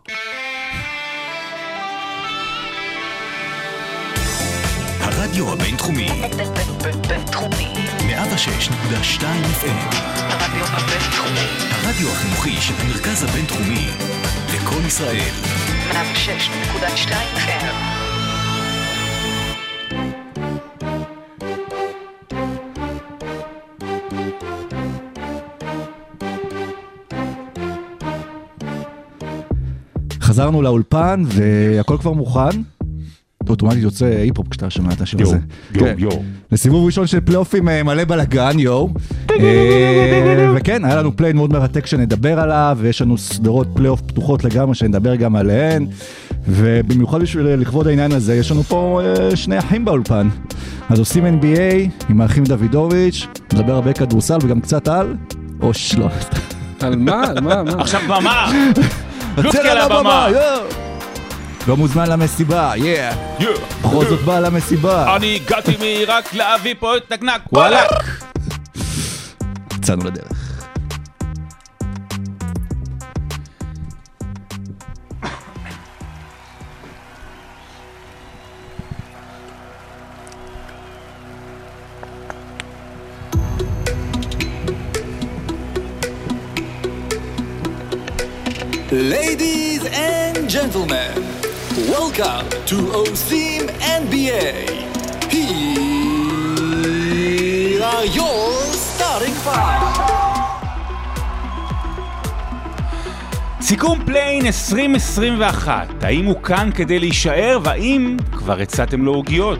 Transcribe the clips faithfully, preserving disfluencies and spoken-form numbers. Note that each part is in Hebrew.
הרדיו הבינתחומי. בינתחומי. מאה ושש נקודה שתיים אף אם. הרדיו הבינתחומי. הרדיו החינוכי של המרכז הבינתחומי. לקול ישראל. מאה ושש נקודה שתיים אף אם. חזרנו לאולפן והכל כבר מוכן. אוטומטית יוצא היפ-הופ כשאתה שומע את השיר הזה. יו, יו. לסיבוב ראשון של פלייאופים מלא בלגן, יו. וכן, היה לנו פליין מאוד מרתק שנדבר עליו, ויש לנו סדרות פלייאוף פתוחות לגמרי שנדבר גם עליהן, ובמיוחד בשביל לכבוד העניין הזה, יש לנו פה שני אחים באולפן. אז עושים אן בי איי עם האחים דוידוביץ', מדבר הרבה כדורסל וגם קצת על, או שלא. על מה? על מה? מה? עכשיו במה! רצה על הבמה, יו! לא מוזמן למסיבה, יאה. בכל זאת בא למסיבה. אני הגעתי מרק להביא פה את נקנק. וואלק. יצאנו לדרך. Ladies and gentlemen, welcome to OSIM אן בי איי. Here are your starting five. סיכום פליין עשרים עשרים ואחת. האם הוא כאן כדי להישאר, והאם כבר הצעתם לו עוגיות?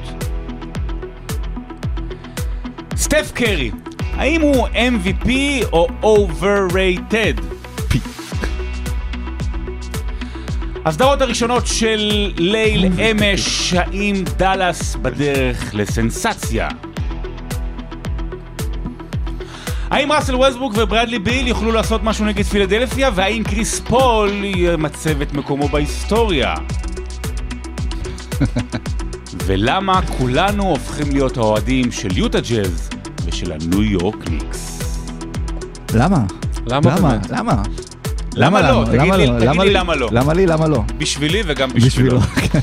סטף קרי, האם הוא אם וי פי או overrated? הסדרות הראשונות של ליל אמש, האם דלס בדרך לסנסציה? האם ראסל ווסטברוק וברדלי ביל יוכלו לעשות משהו נגד פילדלפיה, והאם קריס פול ימצב את מקומו בהיסטוריה? ולמה כולנו הופכים להיות האוהדים של יוטה ג'אז ושל הניו יורק ניקס? למה? למה? למה? למה? למה לא? תגיד לי למה לא. למה לי? למה לא? בשבילי וגם בשבילו.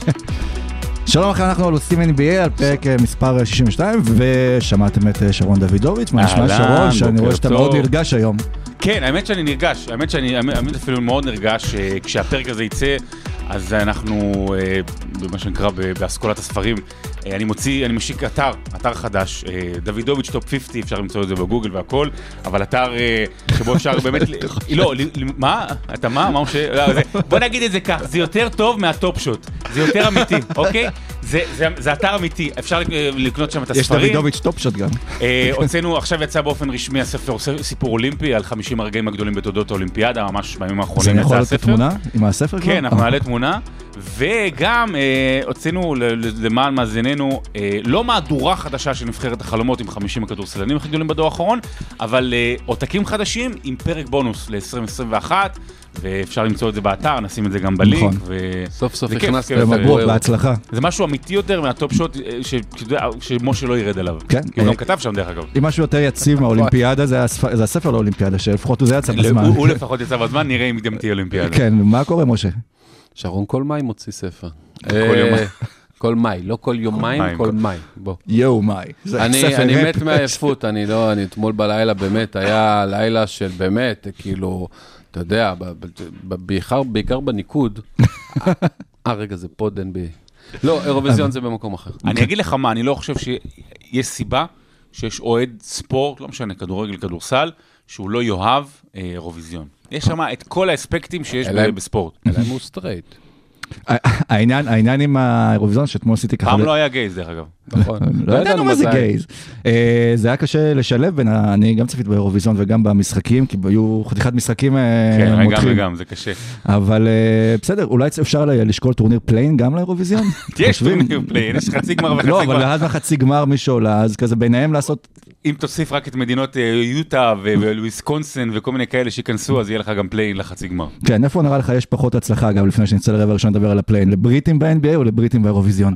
שלום לכם, אנחנו עושים אן בי איי על פרק מספר שישים ושתיים, ושמעתם את שרון דוידוביץ'. מה נשמע שרון? שאני רואה שאתה מאוד נרגש היום. כן, האמת שאני נרגש, האמת שאני האמת אפילו מאוד נרגש כשהפרק הזה יצא, אז אנחנו במה שנקרא באסכולת הספרים, אני מוציא, אני משיק אתר, אתר חדש, דוידוביץ' טופ חמישים, אפשר למצוא את זה בגוגל והכל, אבל אתר שבו אפשר באמת, לא, מה? אתה מה? מה ש... בוא נגיד את זה כך, זה יותר טוב מהטופ שוט, זה יותר אמיתי, אוקיי? זה אתר אמיתי, אפשר לקנות שם את הספרים. יש דוידוביץ' טופ שוט גם. הוצאנו, עכשיו יצא באופן רשמי הספר, סיפור אולימפי, על חמישים הרגעים הגדולים בתולדות האולימפיאדה, ממש בימים האחרונים יצא הספר. זה יכול להיות תמונה עם הספר כבר? כן, אנחנו נעלה תמונה, וגם הוצאנו למען מאזיננו, לא מהדורה חדשה של נבחרת החלומות עם חמישים הכדורסלנים הכי גדולים בדור האחרון, אבל עותקים חדשים עם פרק בונוס ל-עשרים עשרים ואחת, ואפשר למצוא את זה באתר, נשים את זה גם בלינק. סוף סוף הכנס מברוק, בהצלחה. זה משהו אמיתי יותר מהטופ שוט, שמשה לא ירד עליו. כן. כי הוא גם כתב שם דרך אגב. אם משהו יותר יציב מהאולימפיאדה, זה הספר לאולימפיאדה, שלפחות זה יצא בזמן. הוא לפחות יצא בזמן, נראה אם גם תהיה אולימפיאדה. כן, מה קורה משה? שרון כל מאי מוציא ספר. כל יומיים. כל מאי, לא כל יומיים, כל מאי. בוא. יו מאי. אני מת מהעייפות, אני לא, אני אתמול בלילה באמת, היה לילה של באמת, כאילו, אתה יודע, בעיקר בניקוד. אה, רגע, זה פוד אן בי איי. לא, אירוויזיון זה במקום אחר. אני אגיד לך מה, אני לא חושב שיש סיבה שיש אוהד ספורט, לא משנה, כדורגל, כדורסל, שהוא לא יאהב אירוויזיון. יש שם את כל האספקטים שיש בספורט. אלא אם הוא סטרייט. העניין, העניין עם האירוויזיון שאתמול עשיתי ככה... פעם לא היה גייז דרך אגב. נכון. לא ידענו מה זה גייז. זה היה קשה לשלב בין, אני גם צפית באירוויזיון וגם במשחקים, כי היו חתיכת משחקים מותחים. כן, גם וגם, זה קשה. אבל בסדר, אולי אפשר לשקול טורניר פליין גם לאירוויזיון? יש טורניר פליין, יש חצי גמר וחצי גמר. לא, אבל אז בחצי גמר מישהו עולה, אז כזה ביניהם לעשות... אם תוסיף רק את מדינות יוטה וויסקונסין וכל מיני כאלה שיכנסו, אז יהיה לך גם פליין לחצי גמר. כן, איפה נראה לך יש פחות הצלחה, גם לפני שנצא לרבע ראשון לדבר על הפליין, לבריטים ב-אן בי איי או לבריטים באירוויזיון?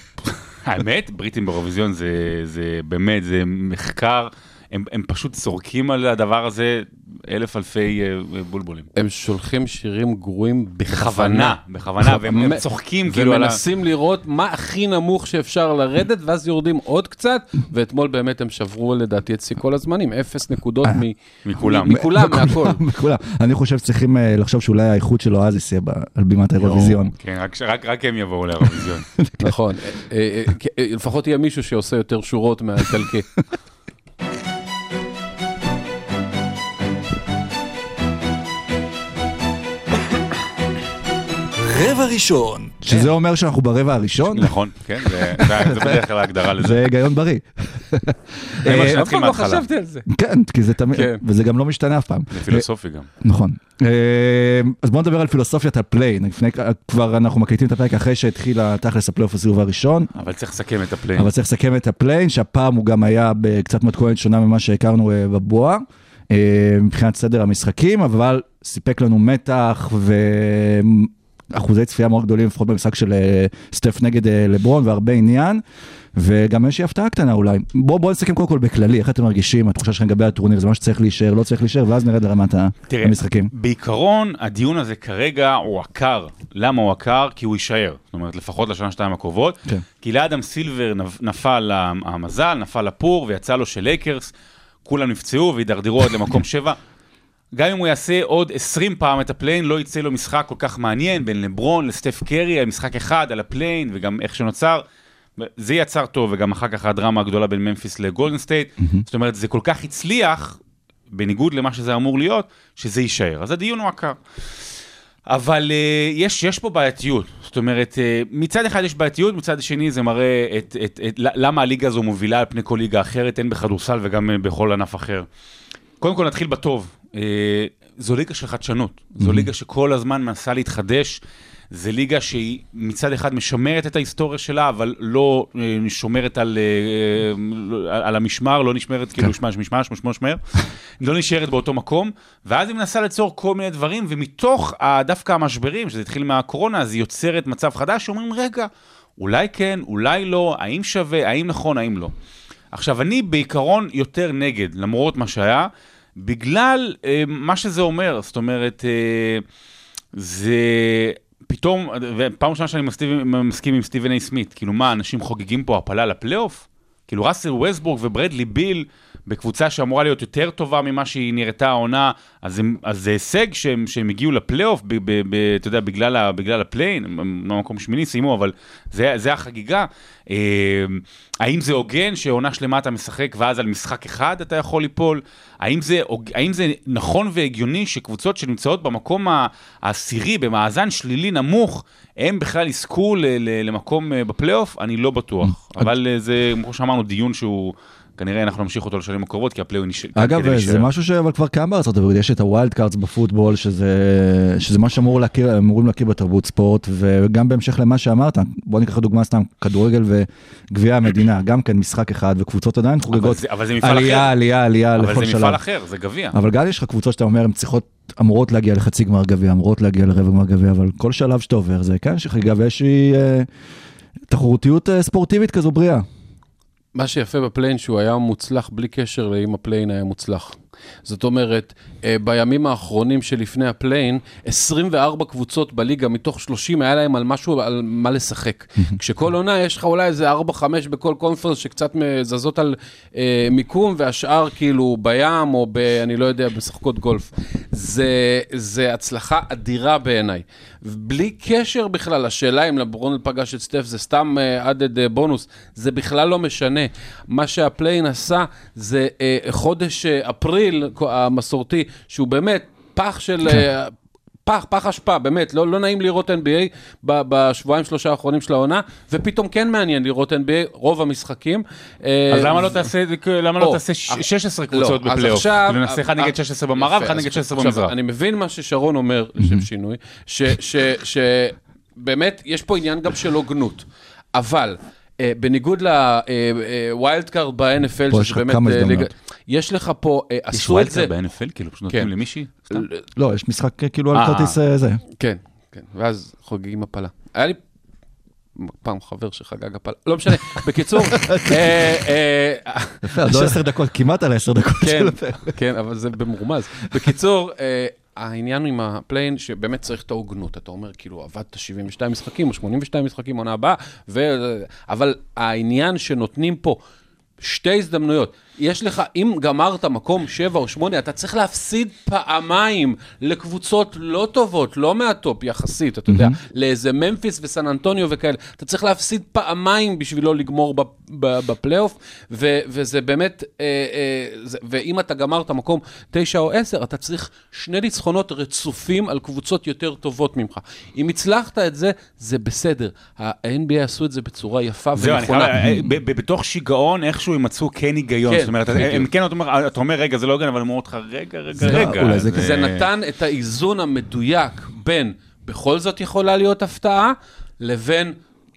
האמת, בריטים באירוויזיון זה באמת, זה מחקר, הם פשוט צורקים על הדבר הזה אלף אלפי בולבולים. הם שולחים שירים גרועים בכוונה, בכוונה, והם צוחקים כאילו על ה... ומנסים לראות מה הכי נמוך שאפשר לרדת, ואז יורדים עוד קצת, ואתמול באמת הם שברו לדעתי את כל הזמנים, אפס נקודות מכולם. מכולם, מהכל. מכולם. אני חושב שצריכים לחשוב שאולי האיכות של אואזיס יהיה על בימת האירוויזיון. כן, רק הם יבואו לאירוויזיון. נכון. לפחות יהיה מישהו שעושה יותר שורות מהאיטלקי. רבע ראשון. שזה אומר שאנחנו ברבע הראשון? נכון, כן, זה בדרך כלל ההגדרה לזה. זה היגיון בריא. אף פעם לא חשבתי על זה. כן, כי זה תמיד, וזה גם לא משתנה אף פעם. זה פילוסופי גם. נכון. אז בואו נדבר על פילוסופיית הפליין. כבר אנחנו מקליטים את הפרק אחרי שהתחילה תכלס הפלייאוף הסיבוב הראשון. אבל צריך לסכם את הפליין. אבל צריך לסכם את הפליין, שהפעם הוא גם היה בקצת מתכונת שונה ממה שהכרנו בבועה, מבחינת סדר המשחקים, אבל סיפק לנו מתח ו... אחוזי צפייה מאוד גדולים, לפחות במשחק של סטף נגד לברון, והרבה עניין, וגם יש לי הפתעה קטנה אולי. בואו בוא נסכם קודם כל בכללי, איך אתם מרגישים, התחושה שלכם לגבי הטורניר, זה מה שצריך להישאר, לא צריך להישאר, ואז נרד לרמת המשחקים. בעיקרון, הדיון הזה כרגע הוא עקר. למה הוא עקר? כי הוא יישאר. זאת אומרת, לפחות לשנה שתיים הקרובות. כן. כי לאדם סילבר נפל המזל, נפל הפור, ויצא לו של לייקרס, כולם נפצעו והידרדרו עד למקום שבע. גם אם הוא יעשה עוד עשרים פעם את הפליין, לא יצא לו משחק כל כך מעניין, בין לברון לסטף קרי, משחק אחד על הפליין, וגם איך שנוצר, זה יצר טוב, וגם אחר כך הדרמה הגדולה בין ממפיס לגולדן סטייט, mm-hmm. זאת אומרת, זה כל כך הצליח, בניגוד למה שזה אמור להיות, שזה יישאר. אז הדיון הוא עקר. אבל uh, יש, יש פה בעייתיות, זאת אומרת, uh, מצד אחד יש בעייתיות, מצד שני זה מראה את, את, את, למה הליגה הזו מובילה על פני כל ליגה אחרת, אין בכדורסל וגם בכל ענף אחר. קודם כל נתחיל בטוב, זו ליגה של חדשנות, זו ליגה שכל הזמן מנסה להתחדש, זו ליגה שהיא מצד אחד משמרת את ההיסטוריה שלה, אבל לא שומרת על, על המשמר, לא נשמרת כאילו שמה שמשמר, שמו שמר, לא נשארת באותו מקום, ואז היא מנסה ליצור כל מיני דברים, ומתוך דווקא המשברים, שזה התחיל מהקורונה, אז היא יוצרת מצב חדש, שאומרים רגע, אולי כן, אולי לא, האם שווה, האם נכון, האם לא. עכשיו, אני בעיקרון יותר נגד, למרות מה שהיה, בגלל אה, מה שזה אומר, זאת אומרת, אה, זה פתאום, פעם ראשונה שאני מסכים, מסכים עם סטיבן איי סמית, כאילו מה, אנשים חוגגים פה הפלה לפלייאוף? כאילו ראסל ווסטברוק וברדלי ביל, בקבוצה שאמורה להיות יותר טובה ממה שהיא נראתה העונה, אז, הם, אז זה הישג שהם, שהם הגיעו לפלייאוף, ב, ב, ב, אתה יודע, בגלל, ה, בגלל הפליין, במקום שמיני סיימו, אבל זה, זה החגיגה. אה, האם זה הוגן שעונה שלמה אתה משחק, ואז על משחק אחד אתה יכול ליפול? האם זה, האם זה נכון והגיוני שקבוצות שנמצאות במקום העשירי, במאזן שלילי נמוך, הם בכלל יזכו ל, ל, למקום בפלייאוף? אני לא בטוח. אבל זה, כמו שאמרנו, דיון שהוא... כנראה אנחנו נמשיך אותו לשנים הקרובות, כי הפלייאוף נשאר. אגב, זה משהו שאבל כבר קיים בארצות הברית, יש את הווילד קארדס בפוטבול, שזה, שזה מה שאמורים להכיר, אמורים להכיר בתרבות ספורט, וגם בהמשך למה שאמרת, בוא ניקח דוגמה סתם, כדורגל וגביע המדינה, גם כן משחק אחד, וקבוצות עדיין חוגגות עלייה, עלייה, עלייה לכל שלב. אבל זה מפעל אחר, זה גביע. אבל גם יש לך קבוצות שאתה אומר, הן צריכות, אמורות להגיע לחצי גמר גביע, אמורות להגיע לרבע גמר גביע, אבל כל שלב שאתה עובר, זה כן שחגיגה, ויש תחרותיות ספורטיבית כזו בריאה. מה שיפה בפליין שהוא היה מוצלח בלי קשר לאם הפליין היה מוצלח. זאת אומרת, בימים האחרונים שלפני הפליין, עשרים וארבע קבוצות בליגה מתוך שלושים היה להם על משהו, על מה לשחק. כשכל עונה יש לך אולי איזה ארבע חמש בכל קונפרנס שקצת מזזות על אה, מיקום, והשאר כאילו בים או ב, אני לא יודע, בשחקות גולף. זה, זה הצלחה אדירה בעיניי. בלי קשר בכלל, השאלה אם לברון פגש את סטף, זה סתם אה, עדד אה, בונוס, זה בכלל לא משנה. מה שהפליין עשה, זה אה, חודש אה, אפריל, המסורתי, שהוא באמת פח של, פח, פח השפעה, באמת, לא, לא נעים לראות אן בי איי בשבועיים שלושה האחרונים של העונה, ופתאום כן מעניין לראות אן בי איי, רוב המשחקים. אז למה לא תעשה, למה לא תעשה שש עשרה קבוצות בפלייאוף? ננסה אחד נגד שש עשרה במערב, אחד נגד שש עשרה במזרח. אני מבין מה ששרון אומר, לשם שינוי, שבאמת יש פה עניין גם של הוגנות, אבל בניגוד לווילד קארד ב-אן אף אל, שזה באמת, יש לך פה, יש ווילד קארד ב-אן אף אל, כאילו פשוט נותנים למישהי? לא, יש משחק כאילו על כרטיס זה. כן, כן, ואז חוגגים הפלה. היה לי פעם חבר שחגג הפלה, לא משנה, בקיצור, יפה, עוד לא עשר דקות, כמעט על עשר דקות של הפרק. כן, אבל זה במרומז. בקיצור, העניין עם הפליין, שבאמת צריך את ההוגנות. אתה אומר, כאילו, עבדת שבעים ושתיים משחקים, או שמונים ושתיים משחקים, עונה הבאה, אבל העניין שנותנים פה שתי הזדמנויות, יש לך, אם גמרת מקום שבע או שמונה, אתה צריך להפסיד פעמיים לקבוצות לא טובות, לא מהטופ יחסית, אתה יודע, לאיזה ממפיס וסן אנטוניו וכאלה, אתה צריך להפסיד פעמיים בשבילו לגמור בפלייאוף, וזה באמת, ואם אתה גמרת מקום תשע או עשר, אתה צריך שני ניצחונות רצופים על קבוצות יותר טובות ממך. אם הצלחת את זה, זה בסדר. ה-אן בי איי עשו את זה בצורה יפה ונכונה. בתוך שיגעון, איכשהו ימצאו כן היגיון. זאת אומרת, כן, אתה אומר, רגע, זה לא הוגן, אבל אמרו אותך, רגע, רגע, רגע. זה נתן את האיזון המדויק בין, בכל זאת יכולה להיות הפתעה, לבין,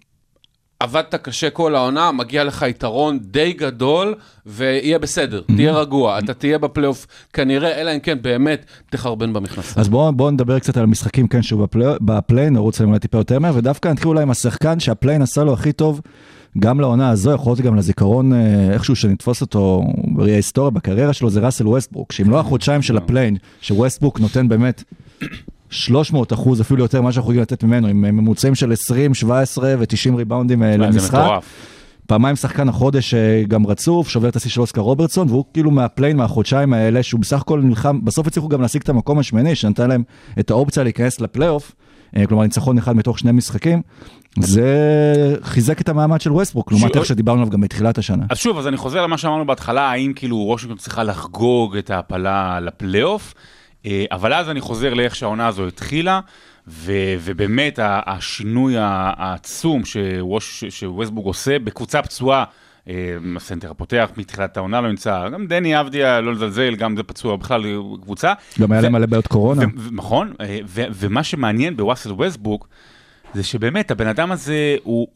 עבדת קשה כל העונה, מגיע לך יתרון די גדול, ויהיה בסדר, תהיה רגוע, אתה תהיה בפלייאוף, כנראה, אלא אם כן, באמת, תחרבן במכנסה. אז בואו נדבר קצת על המשחקים, כן, שהוא בפליין, נרוץ להם אולי טיפה יותר מהר, ודווקא נתחיל אולי עם השחקן שהפליין עשה לו הכי טוב, גם לעונה הזו, יכול להיות גם לזיכרון איכשהו שנתפוס אותו בראי ההיסטוריה, בקריירה שלו, זה ראסל ווסטברוק, שאם לא החודשיים של הפליין, שווסטברוק נותן באמת שלוש מאות אחוז, אפילו יותר מה שאנחנו יכולים לתת ממנו, עם ממוצעים של עשרים, שבע עשרה ו-תשעים ריבאונדים למשחק. פעמיים שחקן החודש גם רצוף, שובר את השיא של אוסקר רוברטסון, והוא כאילו מהפליין, מהחודשיים האלה, שהוא בסך הכל נלחם, בסוף הצליחו גם להשיג את המקום השמיני, שנתן להם את האופציה להיכנס לפלייאוף, כלומר ניצחון אחד מתוך שני משחקים, זה חיזק את המעמד של ווסטברוק, לעומת איך שדיברנו עליו גם בתחילת השנה. אז שוב, אז אני חוזר למה שאמרנו בהתחלה, האם כאילו וושינגטון צריכה לחגוג את ההפלה לפלייאוף, אבל אז אני חוזר לאיך שהעונה הזו התחילה, ובאמת השינוי העצום שווסטברוק עושה בקבוצה פצועה, הסנטר הפותח מתחילת העונה לא נמצא, גם דני אבדיה לא לזלזל, גם זה פצוע בכלל קבוצה. גם היה להם מלא בעיות קורונה. נכון, ומה שמעניין בווסל ווסטברוק, זה שבאמת הבן אדם הזה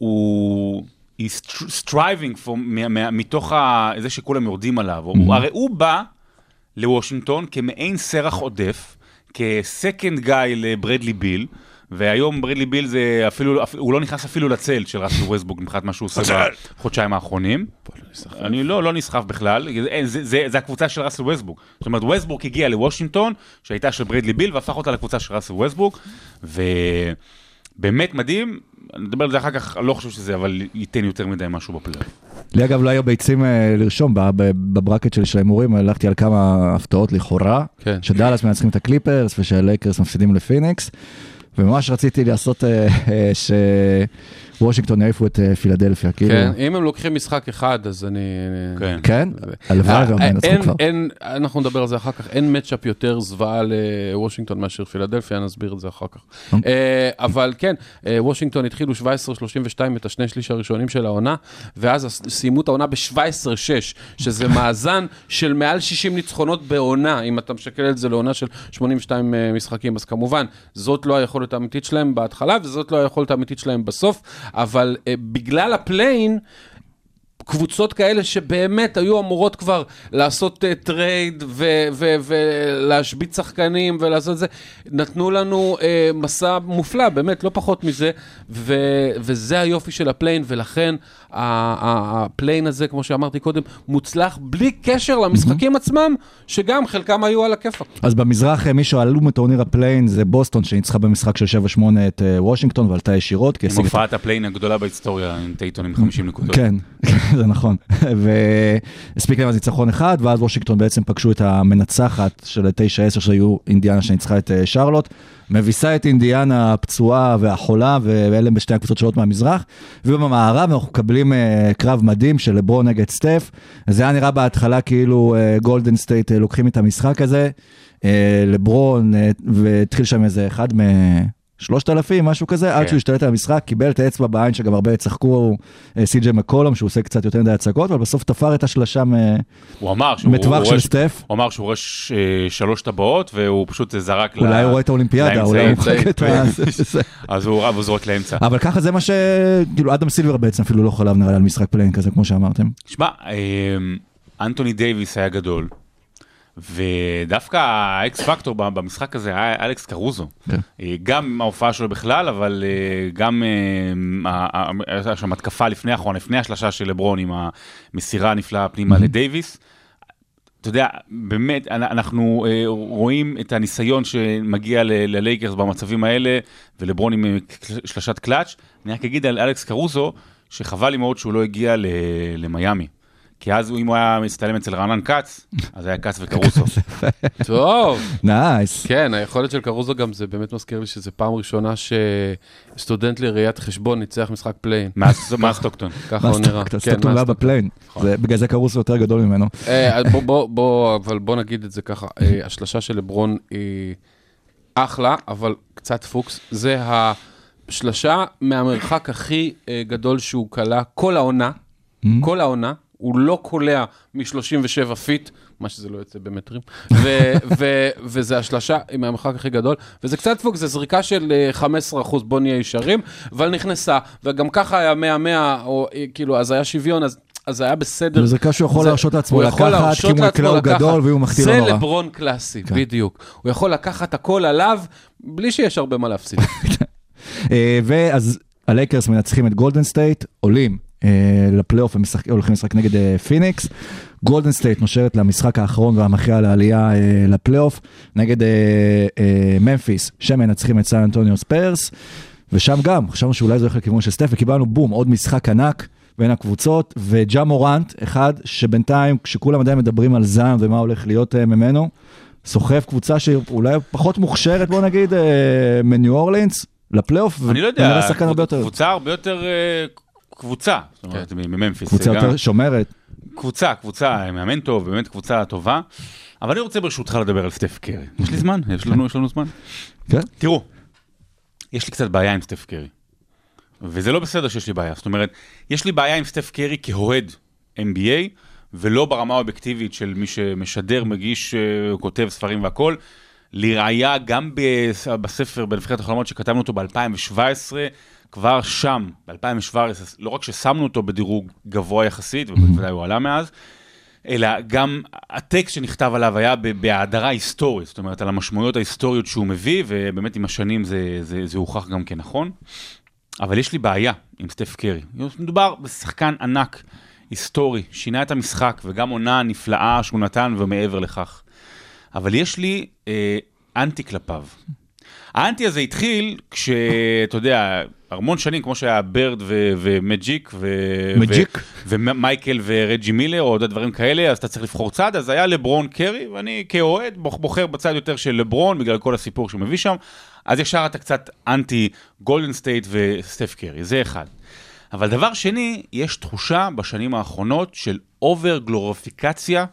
הוא striving מתוך זה שכולם יורדים עליו. הרי הוא בא לוושינגטון כמעין סרח עודף, כסקנד גאי לברדלי ביל, והיום ברדלי ביל זה אפילו, הוא לא נכנס אפילו לצל של ראסל ווסטברוק, מבחינת מה שהוא עושה בחודשיים האחרונים. אני לא, לא נסחף בכלל, זה, זה, זה הקבוצה של ראסל ווסטברוק. זאת אומרת, ווסטברוק הגיע לוושינגטון, שהייתה של ברדלי ביל, והפך אותה לקבוצה של ראסל ווסטברוק, ובאמת מדהים, אני מדבר על זה אחר כך, אני לא חושב שזה, אבל ייתן יותר מדי משהו בפלייאוף. לי אגב לא היו ביצים לרשום, בברקט של ההימורים, הלכתי על כמה הפתעות לכאורה, שדאלאס מנצחים את הקליפרס, ושהלייקרס מפסידים לפיניקס, וממש רציתי לעשות שוושינגטון יעיפו את פילדלפיה. כן, אם הם לוקחים משחק אחד, אז אני... כן? הלוואי והמנצחים כבר. אנחנו נדבר על זה אחר כך, אין מצ'אפ יותר זוועה לוושינגטון מאשר פילדלפיה, נסביר את זה אחר כך. אבל כן, וושינגטון התחילו שבע עשרה שלושים ושתיים את השני שליש הראשונים של העונה, ואז סיימו את העונה ב-שבע עשרה שש, שזה מאזן של מעל שישים ניצחונות בעונה, אם אתה משקל את זה לעונה של שמונים ושתיים משחקים, אז כמובן, זאת לא היכולת האמיתית שלהם בהתחלה, וזאת לא היכולת האמיתית שלהם בסוף, אבל uh, בגלל הפליין, קבוצות כאלה שבאמת היו אמורות כבר לעשות uh, טרייד ולהשבית שחקנים ולעשות זה, נתנו לנו uh, מסע מופלא, באמת לא פחות מזה, ו- וזה היופי של הפליין, ולכן הפליין הזה, כמו שאמרתי קודם, מוצלח בלי קשר למשחקים עצמם, שגם חלקם היו על הכיפה. אז במזרח מישהו עלו מטורניר הפליין, זה בוסטון שניצחה במשחק של שבע שמונה את וושינגטון, ועלתה ישירות. עם הופעת הפליין הגדולה בהיסטוריה, עם טייטון עם חמישים נקודות. כן, זה נכון. והספיק להם אז ניצחון אחד, ואז וושינגטון בעצם פגשו את המנצחת של תשע עשר שהיו אינדיאנה שניצחה את שרלוט, מביסה את אינדיאנה הפצועה והחולה, ואלה הם בשתי הקבוצות שונות מהמזרח, ובמערב אנחנו מקבלים קרב מדהים של לברון נגד סטף, זה היה נראה בהתחלה כאילו גולדן סטייט לוקחים את המשחק הזה, לברון, והתחיל שם איזה אחד משלושת אלפים, משהו כזה, עד שהוא השתלט על המשחק, קיבל את האצבע בעין שגם הרבה צחקו סי.ג'יי מקולום, שהוא עושה קצת יותר מדי הצגות, אבל בסוף תפר את השלשה מטווח של סטף. הוא אמר שהוא רש שלוש טבעות, והוא פשוט זרק לאמצע. אולי הוא רואה את האולימפיאדה, אולי הוא מחכה את זה. אז הוא זורק לאמצע. אבל ככה זה מה ש... כאילו, אדם סילבר בעצם אפילו לא חלב נראה על משחק פליין כזה, כמו שאמרתם. שמע, אנטוני דייביס היה גדול, ודווקא האקס פקטור במשחק הזה היה אלכס קרוזו. גם ההופעה שלו בכלל, אבל גם שם התקפה לפני האחרון, לפני השלשה של לברון עם המסירה הנפלאה פנימה לדייביס. אתה יודע, באמת, אנחנו רואים את הניסיון שמגיע ללייקרס במצבים האלה, ולברון עם שלשת קלאץ'. אני רק אגיד על אלכס קרוזו, שחבל לי מאוד שהוא לא הגיע למיימי. כי אז אם הוא היה מסתלם אצל רענן קץ, אז היה קץ וקרוזו. טוב. נייס. כן, היכולת של קרוזו גם זה באמת מזכיר לי שזה פעם ראשונה שסטודנט לראיית חשבון ניצח משחק פליין. מה סטוקטון? ככה הוא נראה. סטוקטון לא בפליין. בגלל זה קרוזו יותר גדול ממנו. בוא, אבל בוא נגיד את זה ככה. השלשה של לברון היא אחלה, אבל קצת פוקס. זה השלשה מהמרחק הכי גדול שהוא קלה כל העונה. כל העונה. הוא לא קולע מ-שלושים ושבע פיט, מה שזה לא יוצא במטרים, וזה השלשה עם המרחק הכי גדול, וזה קצת פוק, זה זריקה של חמישה עשר אחוז, בוא נהיה ישרים, אבל נכנסה, וגם ככה היה מאה מאה, או כאילו, אז היה שוויון, אז אז היה בסדר. זה זריקה שהוא יכול להרשות לעצמו לקחת, כי הוא יקלע הוא גדול, והוא מחטיא לא נורא. זה לברון קלאסי, בדיוק. הוא יכול לקחת הכל עליו, בלי שיש הרבה מה להפסיד. ואז הלייקרס מנצחים את גולדן סטייט, עולים לפלייאוף, הולכים לשחק נגד פיניקס, גולדן סטייט נושרת למשחק האחרון והמכריע לעלייה לפלייאוף, נגד ממפיס, שמנצחים את סן אנטוניו ספיירס, ושם גם, חשבנו שאולי זה הולך לכיוון של סטף, וקיבלנו בום, עוד משחק ענק בין הקבוצות, וג'ה מורנט, אחד שבינתיים, כשכולם עדיין מדברים על זן ומה הולך להיות ממנו, סוחף קבוצה שאולי פחות מוכשרת, בוא נגיד, מניו אורלינס, לפלייאוף, אני לא יודע, קבוצה הרבה יותר קבוצה, זאת אומרת, מממפיס. קבוצה יותר שומרת. קבוצה, קבוצה, מאמן טוב, באמת קבוצה טובה, אבל אני רוצה ברשותך לדבר על סטף קרי. יש לי זמן? יש לנו, יש לנו זמן? כן. תראו, יש לי קצת בעיה עם סטף קרי, וזה לא בסדר שיש לי בעיה, זאת אומרת, יש לי בעיה עם סטף קרי כהועד אן בי איי, ולא ברמה האובייקטיבית של מי שמשדר, מגיש, כותב ספרים והכל, לראיה גם בספר, בנבחרת החלומות שכתבנו אותו ב-אלפיים שבע עשרה, כבר שם, ב-אלפיים שבע עשרה, לא רק ששמנו אותו בדירוג גבוה יחסית, ובוודאי הוא עלה מאז, אלא גם הטקסט שנכתב עליו היה בהדרה היסטורית, זאת אומרת, על המשמעויות ההיסטוריות שהוא מביא, ובאמת עם השנים זה, זה, זה הוכח גם כנכון. אבל יש לי בעיה עם סטף קרי. מדובר בשחקן ענק, היסטורי, שינה את המשחק, וגם עונה נפלאה שהוא נתן ומעבר לכך. אבל יש לי אה, אנטי כלפיו. האנטי הזה התחיל כשאתה יודע, המון שנים, כמו שהיה ברד ומג'יק, ומייקל ורג'י מילר, או עוד דברים כאלה, אז אתה צריך לבחור צד, אז היה לברון קרי, ואני כאוהד בוחר בצד יותר של לברון, בגלל כל הסיפור שהוא מביא שם, אז ישר אתה קצת אנטי גולדן סטייט וסטף קרי, זה אחד. אבל דבר שני, יש תחושה בשנים האחרונות של אובר גלוריפיקציה,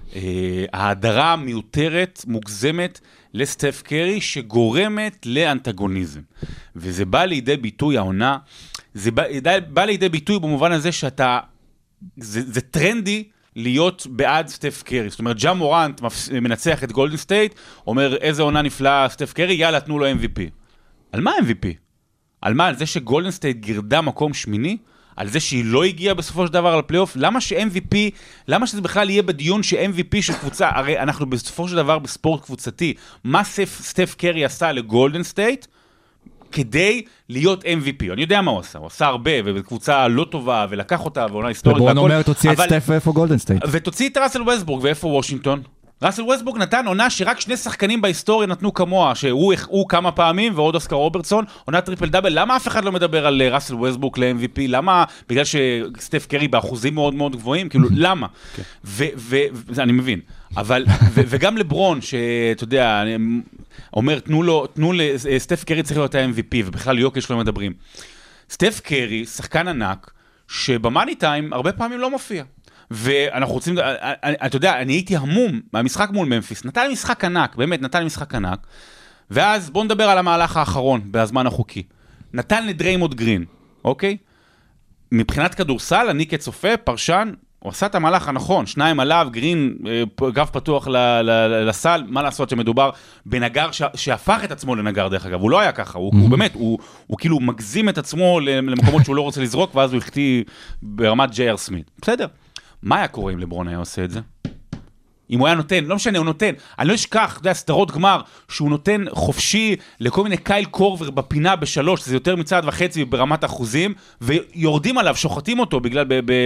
ההדרה מיותרת, מוגזמת, לסטף קרי, שגורמת לאנטגוניזם. וזה בא לידי ביטוי העונה, זה בא, בא לידי ביטוי במובן הזה שאתה, זה, זה טרנדי להיות בעד סטף קרי. זאת אומרת, ג'ה מורנט מנצח את גולדן סטייט, אומר איזה עונה נפלאה סטף קרי, יאללה, תנו לו אם וי פי. על מה אם וי פי? על מה? על זה שגולדן סטייט גירדה מקום שמיני? על זה שהיא לא הגיעה בסופו של דבר על הפלייאוף? למה ש-אם וי פי, למה שזה בכלל יהיה בדיון ש-אם וי פי של קבוצה? הרי אנחנו בסופו של דבר בספורט קבוצתי. מה סטף, סטף קרי עשה לגולדן סטייט כדי להיות אם וי פי? אני יודע מה הוא עשה. הוא עשה הרבה, ובקבוצה לא טובה, ולקח אותה, ועונה היסטורית. וברון אומר, תוציא את סטף ואיפה גולדן סטייט. ותוציא את ראסל וסטברוק, ואיפה וושינגטון? ראסל וסטברוק נתן עונה שרק שני שחקנים בהיסטוריה נתנו כמוה, שהוא הוא כמה פעמים, ועוד אוסקר רוברטסון, עונה טריפל דאבל. למה אף אחד לא מדבר על ראסל וסטברוק ל-אם וי פי? למה? בגלל שסטף קרי באחוזים מאוד מאוד גבוהים? כאילו, למה? ואני מבין. אבל, וגם לברון, שאתה יודע, אומר, תנו לו, תנו לסטף קרי צריך להיות ה-אם וי פי, ובכלל יוקש לא מדברים. סטף קרי, שחקן ענק, שבמאני טיים הרבה פעמים לא מופיע. ואנחנו רוצים, אתה יודע, אני הייתי המום מהמשחק מול ממפיס, נתן לי משחק ענק, באמת נתן לי משחק ענק, ואז בואו נדבר על המהלך האחרון, בזמן החוקי. נתן לדריימונד גרין, אוקיי? מבחינת כדורסל, אני כצופה, פרשן, הוא עשה את המהלך הנכון, שניים עליו, גרין, גב פתוח לסל, מה לעשות שמדובר בנגר שהפך את עצמו לנגר דרך אגב, הוא לא היה ככה, הוא באמת, הוא כאילו מגזים את עצמו למקומות שהוא לא רוצה לזרוק, ואז הוא החטיא ברמת ג'יי אר סמית, בסדר. מה היה קורה אם לברון היה עושה את זה? אם הוא היה נותן, לא משנה, הוא נותן, אני לא אשכח, אתה יודע, סדרות גמר, שהוא נותן חופשי לכל מיני קייל קורבר בפינה בשלוש, זה יותר מצעד וחצי ברמת אחוזים, ויורדים עליו, שוחטים אותו בגלל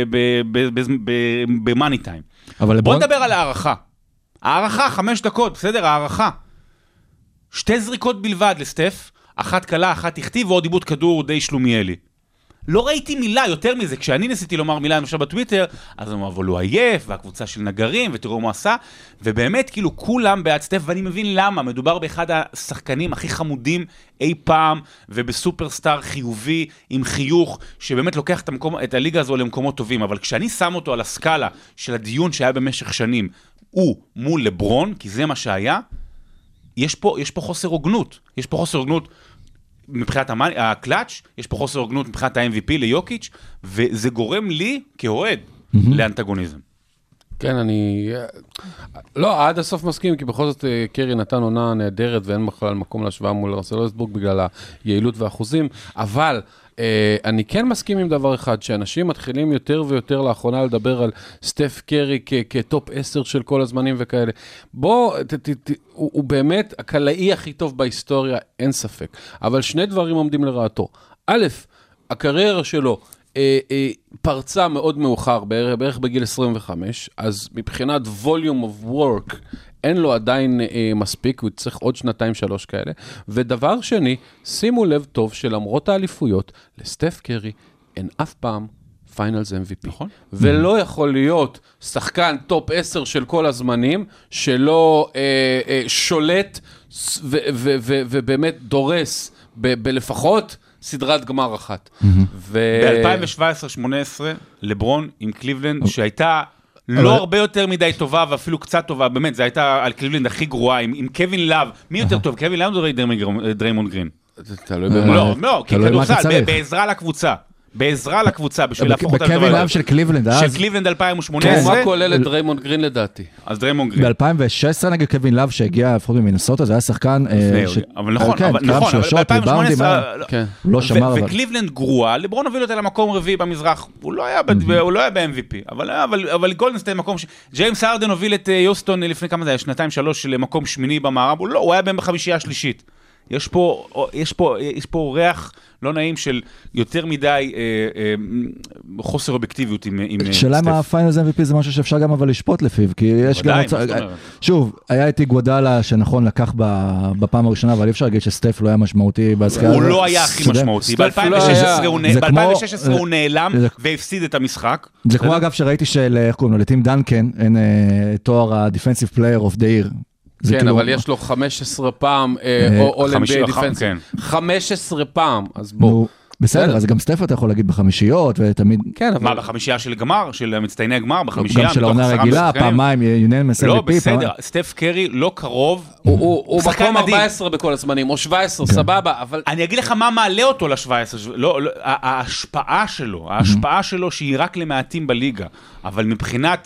במאני טיים. בוא נדבר על הערכה. הערכה, חמש דקות, בסדר, הערכה. שתי זריקות בלבד לסטף, אחת קלה, אחת תכתיב, ועוד עיבוד כדור די שלומיאלי. לא ראיתי מילה יותר מזה, כשאני ניסיתי לומר מילה למשל בטוויטר, אז הוא אבל הוא עייף, והקבוצה של נגרים, ותראו מה הוא עשה, ובאמת כאילו כולם בעד סטף, ואני מבין למה, מדובר באחד השחקנים הכי חמודים אי פעם, ובסופרסטאר חיובי, עם חיוך, שבאמת לוקח את, המקום, את הליגה הזו למקומות טובים, אבל כשאני שם אותו על הסקאלה של הדיון שהיה במשך שנים, הוא מול לברון, כי זה מה שהיה, יש פה, יש פה חוסר הוגנות, יש פה חוסר הוגנות, מבחינת הקלאץ', יש פה חוסר הוגנות מבחינת ה-אם וי פי ליוקיץ', וזה גורם לי כאוהד לאנטגוניזם. כן, אני... לא, עד הסוף מסכים, כי בכל זאת קרי נתן עונה נהדרת, ואין בכלל מקום להשוואה מול ראסל ווסטברוק בגלל היעילות והאחוזים, אבל אני כן מסכים עם דבר אחד, שאנשים מתחילים יותר ויותר לאחרונה לדבר על סטף קרי כטופ עשר של כל הזמנים וכאלה. בוא, הוא באמת הקלעי הכי טוב בהיסטוריה, אין ספק. אבל שני דברים עומדים לרעתו. א', הקריירה שלו פרצה מאוד מאוחר, בערך בגיל עשרים וחמש, אז מבחינת volume of work, אין לו עדיין אה, מספיק, הוא צריך עוד שנתיים שלוש כאלה. ודבר שני, שימו לב טוב שלמרות האליפויות, לסטף קרי אין אף פעם פיינלס אם וי פי. נכון. ולא יכול להיות שחקן טופ עשר של כל הזמנים, שלא אה, אה, שולט ו- ו- ו- ובאמת דורס ב- בלפחות סדרת גמר אחת. ב-אלפיים שבע עשרה שמונה עשרה, לברון עם קליבלנד, שהייתה... לא הרבה יותר מדי טובה, ואפילו קצת טובה, באמת, זה הייתה על קליבלנד הכי גרועה, עם קווין לאב, מי יותר טוב, קווין לאב או דריימונד גרין? תלוי במה. לא, לא, כי כדורסל, בעזרה לקבוצה, בעזרה לקבוצה, בשביל להפוך אותה לדבר. בקווין לאב של קליבלנד, אז. של קליבלנד אלפיים שמונה עשרה. מה כולל את דריימונד גרין לדעתי? אז דריימונד גרין. ב-אלפיים ושש עשרה נגד קווין לאב שהגיע לפחות ממינסוטה, זה היה שחקן... אבל נכון, נכון, אבל ב-אלפיים שמונה עשרה... לא שמר, אבל... וקליבלנד גרועה, לברון הוביל אותה למקום רביעי במזרח, הוא לא היה ב-אם וי פי, אבל גולדנסטייט מקום... ג'יימס הרדן הוביל את יוסטון לפני כמה זה היה, שנתיים שלוש למקום שמיני במערב, הוא היה בחמישייה השלישית. יש פה, יש פה, יש פה ריח לא נעים של יותר מדי אה, אה, חוסר אובייקטיביות עם, עם סטף. שאלה מה הפיינלס אם וי פי זה משהו שאפשר גם אבל לשפוט לפיו, כי יש גם... שוב, היה איתי גוודלה שנכון לקח בפעם הראשונה, אבל אי אפשר להגיד שסטף לא היה משמעותי בהזכרה. הוא לא היה הכי משמעותי. ב-אלפיים ושש עשרה הוא נעלם והפסיד את המשחק. זה כמו אגב שראיטי של, איך קוראים לו, לטים דנקן, אין תואר ה-Defensive Player of the Year. כן, אבל יש לו חמש עשרה פעם All אן בי איי Defensive. חמש עשרה פעם, אז בואו. בסדר, אז גם סטף אתה יכול להגיד בחמישיות, ותמיד... מה, בחמישייה של גמר, של מצטייני הגמר, בחמישייה? גם של העונה הרגילה, פעמיים, יונן לא, בסדר, סטף קרי לא קרוב. הוא מקום ארבע עשרה בכל הזמנים, או שבע עשרה, סבבה, אבל... אני אגיד לך מה מעלה אותו ל-שבע עשרה, ההשפעה שלו, ההשפעה שלו שהיא רק למעטים בליגה, אבל מבחינת...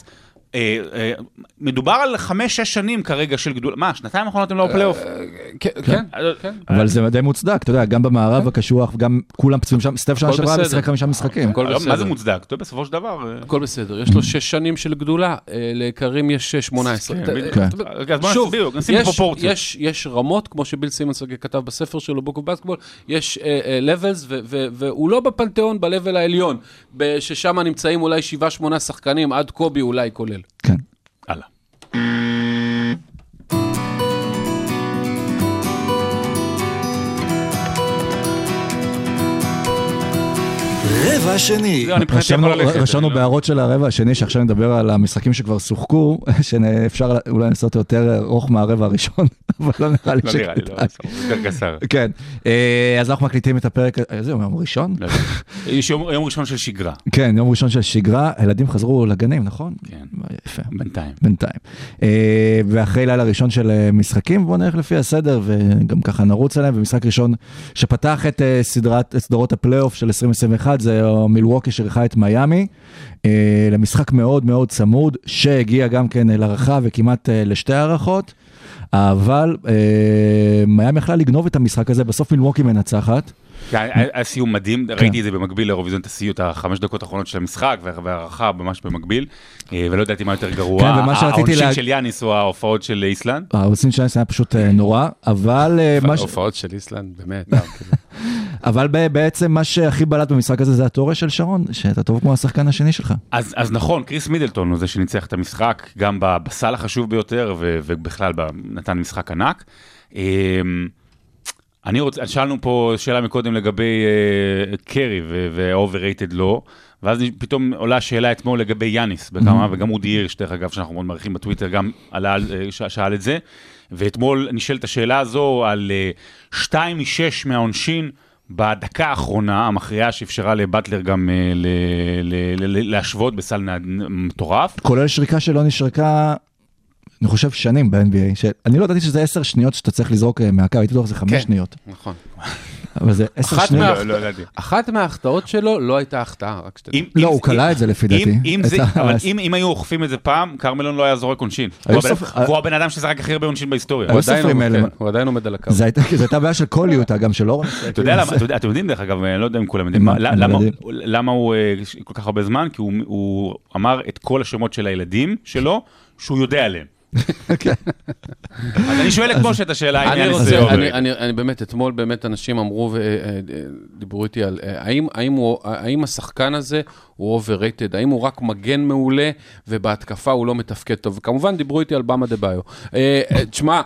מדובר על חמש, שש שנים כרגע של גדול, מה, שנתיים האחרונות הם לא בפלייאוף? כן, אבל זה די מוצדק, אתה יודע, גם במערב הקשוח, וגם כולם פצועים שם, סטף שנה שעברה משחק חמישה משחקים. מה זה מוצדק? אתה בסופו של דבר... הכל בסדר, יש לו שש שנים של גדולה, לקרים יש שמונה עשרה. אז בוא נסביר, נשים בפרופורציות. יש רמות, כמו שביל סימונס כתב בספר שלו, בוק אוף בסקטבול, יש לבלס, והוא לא בפנתיאון, בלבל העליון, ששם נמצאים אולי שבעה, שמונה שחקנים, עד קובי אולי כולל. כן. הלאה. רבע שני. רשמנו בהערות של הרבע השני, שעכשיו נדבר על המשחקים שכבר שוחקו, שאפשר אולי לעשות יותר ארוך מהרבע הראשון, אבל לא נראה לי שכתב. לא נראה לי, לא, יותר קצר. כן, אז אנחנו מקליטים את הפרק, זה יום ראשון? יש יום ראשון של שגרה. כן, יום ראשון של שגרה, הילדים חזרו לגנים, נכון? כן. יפה. בינתיים. בינתיים. ואחרי לילה ראשון של משחקים, בואו נלך לפי הסדר, וגם ככה נרוץ עליהם, ומשחק ראשון שפתח את סדרות הפלייאוף של עשרים עשרים ואחת, זה מילווקי שערכה את מיימי, למשחק מאוד מאוד צמוד, שהגיע גם כן לערכה וכמעט לשתי הערכות, אבל מיימי יכלה לגנוב את המשחק הזה, בסוף מילווקי מנצחת, היה סיום מדהים, ראיתי את זה במקביל לאירוויזיון, את הסיום, את החמש דקות האחרונות של המשחק, והערכה ממש במקביל, ולא ידעתי מה יותר גרוע, העונשין של יאניס או ההופעות של איסלנד. העונשין של יאניס היה פשוט נורא, אבל... ההופעות של איסלנד, באמת. אבל בעצם מה שהכי בלט במשחק הזה זה התיאוריה של שרון, שאתה טוב כמו השחקן השני שלך. אז נכון, קריס מידלטון הוא זה שניצח את המשחק, גם בסל החשוב ביותר, ובכלל נתן משחק ענק. אני רוצה, שאלנו פה שאלה מקודם לגבי קרי ו-overrated לא, ואז פתאום עולה שאלה אתמול לגבי יאניס, בכמה, וגם אודי הירש, דרך אגב, שאנחנו מאוד מעריכים בטוויטר, גם שאל את זה, ואתמול נשאלת השאלה הזו על שתיים משש מהעונשין, בדקה האחרונה, המכריעה שאפשרה לבטלר גם להשוות בסל מטורף. כולל שריקה שלא נשרקה, אני חושב שנים ב-אן בי איי, אני לא ידעתי שזה עשר שניות שאתה צריך לזרוק מהקו, הייתי בטוח זה חמש שניות. נכון. אבל זה עשר שניות. אחת מההחטאות שלו לא הייתה החטאה, רק שתדע. לא, הוא קלה את זה לפי דעתי. אבל אם היו אוכפים את זה פעם, קרמלון לא היה זורק עונשין. והוא הבן אדם שזרק הכי הרבה עונשין בהיסטוריה. הוא עדיין עומד על הקו. זו הייתה בעיה של כל יוטה, גם של אורן. אתה יודע, אתם יודעים דרך אגב, אני לא יודע אם כולם יודעים, למה הוא כל כך הרבה זמן? כי הוא אמר את כל השמות של הילדים שלו, שהוא יודע עליהם. אז אני שואל את משה את השאלה, אני באמת, אתמול באמת אנשים אמרו ודיברו איתי על, האם השחקן הזה הוא overrated, האם הוא רק מגן מעולה ובהתקפה הוא לא מתפקד טוב, וכמובן דיברו איתי על במה דה ביו. תשמע,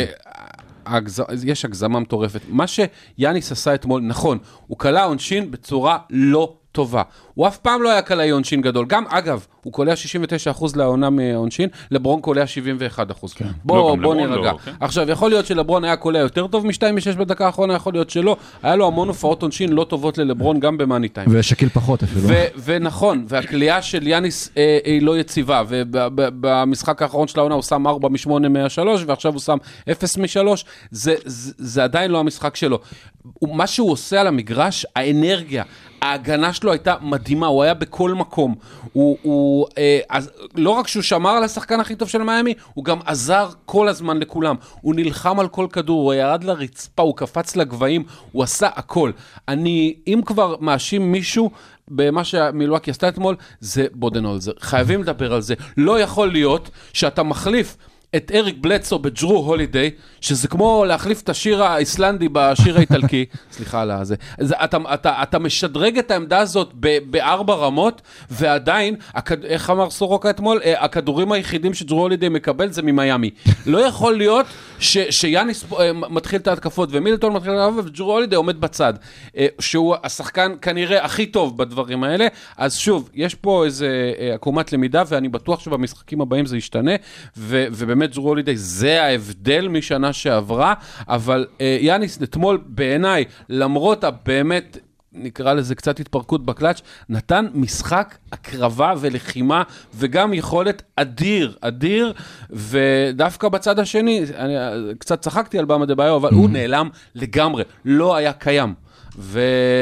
יש הגזמה מטורפת, מה שיאניס עשה אתמול, נכון, הוא קלה עונשין בצורה לא טובה. הוא אף פעם לא היה קלעי עונשין גדול. גם, אגב, הוא קולע שישים ותשעה אחוז לעונה מעונשין, לברון קולע שבעים ואחד אחוז. כן. בוא, בוא נרגע. כן. עכשיו, יכול להיות שלברון היה קולע יותר טוב מ-שתיים משש בדקה האחרונה, יכול להיות שלא. היה לו המון הופעות עונשין לא טובות ללברון, גם במאני טיים. ושקיל פחות אפילו. ונכון, והקליעה של יאניס אה, היא לא יציבה, ובמשחק האחרון של העונה הוא שם ארבע משמונה מהשלוש, ועכשיו הוא שם אפס משלוש. זה, זה, זה עדיין לא המשחק שלו. מה שהוא עושה על המגרש, האנרגיה, ההגנה שלו הייתה מדהימה, הוא היה בכל מקום. הוא, הוא, אה, אז, לא רק שהוא שמר על השחקן הכי טוב של מיאמי, הוא גם עזר כל הזמן לכולם. הוא נלחם על כל כדור, הוא ירד לרצפה, הוא קפץ לגבהים, הוא עשה הכל. אני, אם כבר מאשים מישהו, במה שמילואקי עשתה אתמול, זה בודנהולזר. חייבים לדבר על זה. לא יכול להיות שאתה מחליף את אריק בלדסו בג'רו הולידיי, שזה כמו להחליף את השיר האיסלנדי בשיר האיטלקי, סליחה על הזה, אתה, אתה, אתה משדרג את העמדה הזאת בארבע רמות, ועדיין, איך אמר סורוקה אתמול, הכדורים היחידים שג'רו הולידיי מקבל זה ממיימי. לא יכול להיות ש, שיאניס מתחיל את ההתקפות, ומילטון מתחיל את ההתקפות, וג'רו הולידיי עומד בצד, שהוא השחקן כנראה הכי טוב בדברים האלה, אז שוב, יש פה איזה עקומת למידה, ואני בטוח שבמשחקים הבאים זה ישתנה, ו, ובאמת ג'רו הולידיי, זה ההבדל משנה שעברה, אבל אה, יאניס אתמול בעיניי, למרות הבאמת, נקרא לזה קצת התפרקות בקלאץ', נתן משחק הקרבה ולחימה, וגם יכולת אדיר, אדיר, ודווקא בצד השני, אני קצת צחקתי על במה דה ביו, אבל mm-hmm. הוא נעלם לגמרי, לא היה קיים. ו,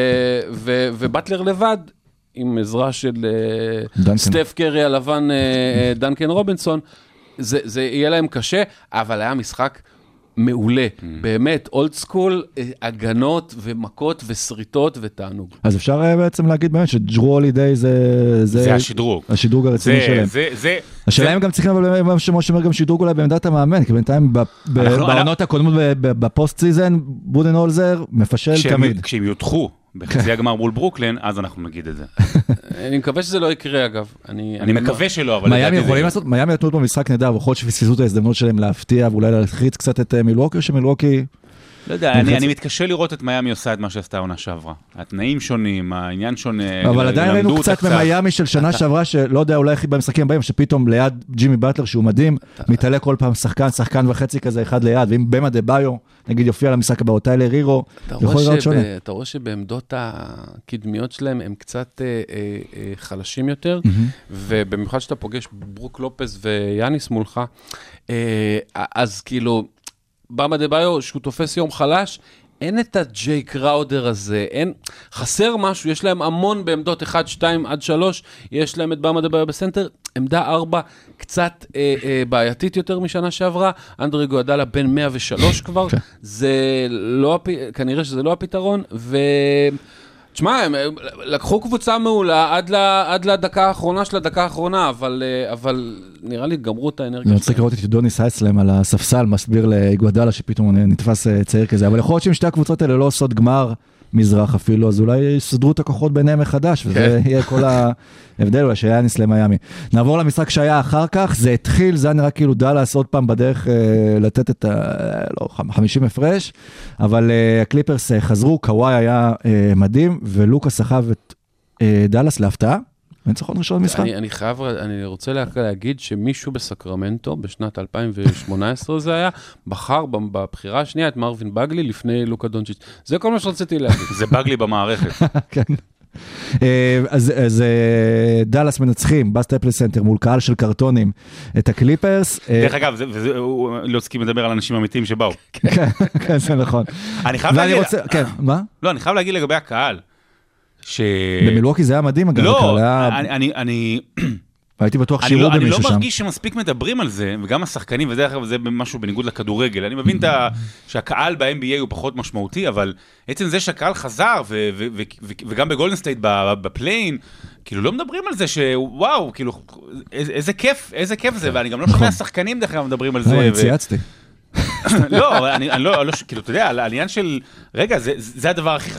ו, ובטלר לבד, עם עזרה של דנקן. סטף קרי הלבן, דנקן רובינסון, זה, זה יהיה להם קשה, אבל היה משחק מעולה. Mm. באמת, אולד סקול, הגנות ומכות וסריטות ותענוג. אז אפשר בעצם להגיד באמת שג'רו הולידיי זה... זה, זה השדרוג. השדרוג הרציני זה, שלהם. זה, זה, השאלה זה... הם גם צריכים, אבל שמשה אומר גם שדרוג אולי בעמדת המאמן, כי בינתיים בעונות הקודמות בפוסט סיזן, בודנהולזר מפשל תמיד. כשהם יודחו בחצי הגמר מול ברוקלין, אז אנחנו נגיד את זה. אני מקווה שזה לא יקרה, אגב. אני מקווה שלא, אבל... מיאמי יכולים לעשות, מיאמי נתנו פה משחק נהדר, ויכול להיות שפספסו את ההזדמנות שלהם להפתיע, ואולי להלחיץ קצת את מילווקי, או שמילווקי... לא יודע, אני מתקשה לראות את מיאמי עושה את מה שעשתה העונה שעברה. התנאים שונים, העניין שונה... אבל עדיין ראינו קצת ממיאמי של שנה שעברה, שלא יודע, אולי במשחקים הבאים, שפתאום ליד ג'ימי באטלר, שהוא מדהים, מתעלה כל פעם שחקן, שחקן וחצי כזה אחד ליד, ואם במה דה ביו, נגיד יופיע למשחק הבא, אותה לרירו, יכול לראות שונה. אתה רואה שבעמדות הקדמיות שלהם הם קצת חלשים יותר, ובמיוחד שאתה פוגש ברוק לופס ויאניס מולך, אז כאילו, במה דה ביו, שהוא תופס יום חלש, אין את הג'יי קראודר הזה, אין, חסר משהו, יש להם המון בעמדות אחת, שתיים עד שלוש, יש להם את במה דבר בסנטר, עמדה ארבע, קצת אה, אה, בעייתית יותר משנה שעברה, אנדרי גואדלה בין מאה ושלוש כבר, זה לא, כנראה שזה לא הפתרון, ו... תשמע, הם לקחו קבוצה מעולה עד, ל, עד לדקה האחרונה של הדקה האחרונה, אבל, אבל נראה לי גמרו את האנרגיה. אני רוצה לראות את דוני סייסלם על הספסל, מסביר לגואדלה שפתאום הוא נתפס צעיר כזה, אבל יכול להיות שאם שתי הקבוצות האלה לא עושות גמר מזרח אפילו, אז אולי יסדרו את הכוחות ביניהם מחדש, וזה יהיה כל ההבדל, אולי שהיה ניס למיאמי. נעבור למשחק שהיה אחר כך, זה התחיל, זה נראה כאילו דלס עוד פעם בדרך לתת את חמישים הפרש, אבל הקליפרס חזרו, קוואי היה מדהים, ולוקה סחב את דלס להפתעה, וניצחון ראשון במשחק. אני, אני חייב, אני רוצה להגיד שמישהו בסקרמנטו, בשנת אלפיים ושמונה עשרה זה היה, בחר בבחירה השנייה את מרווין בגלי לפני לוקה דונצ'יץ'. זה כל מה שרציתי להגיד. זה בגלי במערכת. כן. אז, אז דלס מנצחים בסטייפלס סנטר מול קהל של קרטונים את הקליפרס. דרך אגב, זה, וזה, הוא לא הסכים לדבר על אנשים אמיתיים שבאו. כן, זה נכון. אני חייב להגיד... רוצה, כן, מה? לא, אני חייב להגיד לגבי הקהל. ש... במילווקי זה היה מדהים, אגב. לא, היה... אני, אני, אני... הייתי בטוח שירו במישהו שם. אני לא מרגיש שמספיק מדברים על זה, וגם השחקנים, וזה זה משהו בניגוד לכדורגל. אני מבין שהקהל ב-אן בי איי הוא פחות משמעותי, אבל עצם זה שהקהל חזר, וגם בגולדן סטייט בפליין, כאילו לא מדברים על זה שוואו, כאילו, איזה כיף, איזה כיף זה, ואני גם לא שומע שחקנים דרך כלל מדברים על זה. אני צייצתי. לא, אני לא, כאילו, אתה יודע, על העניין של, רגע, זה הדבר הכי,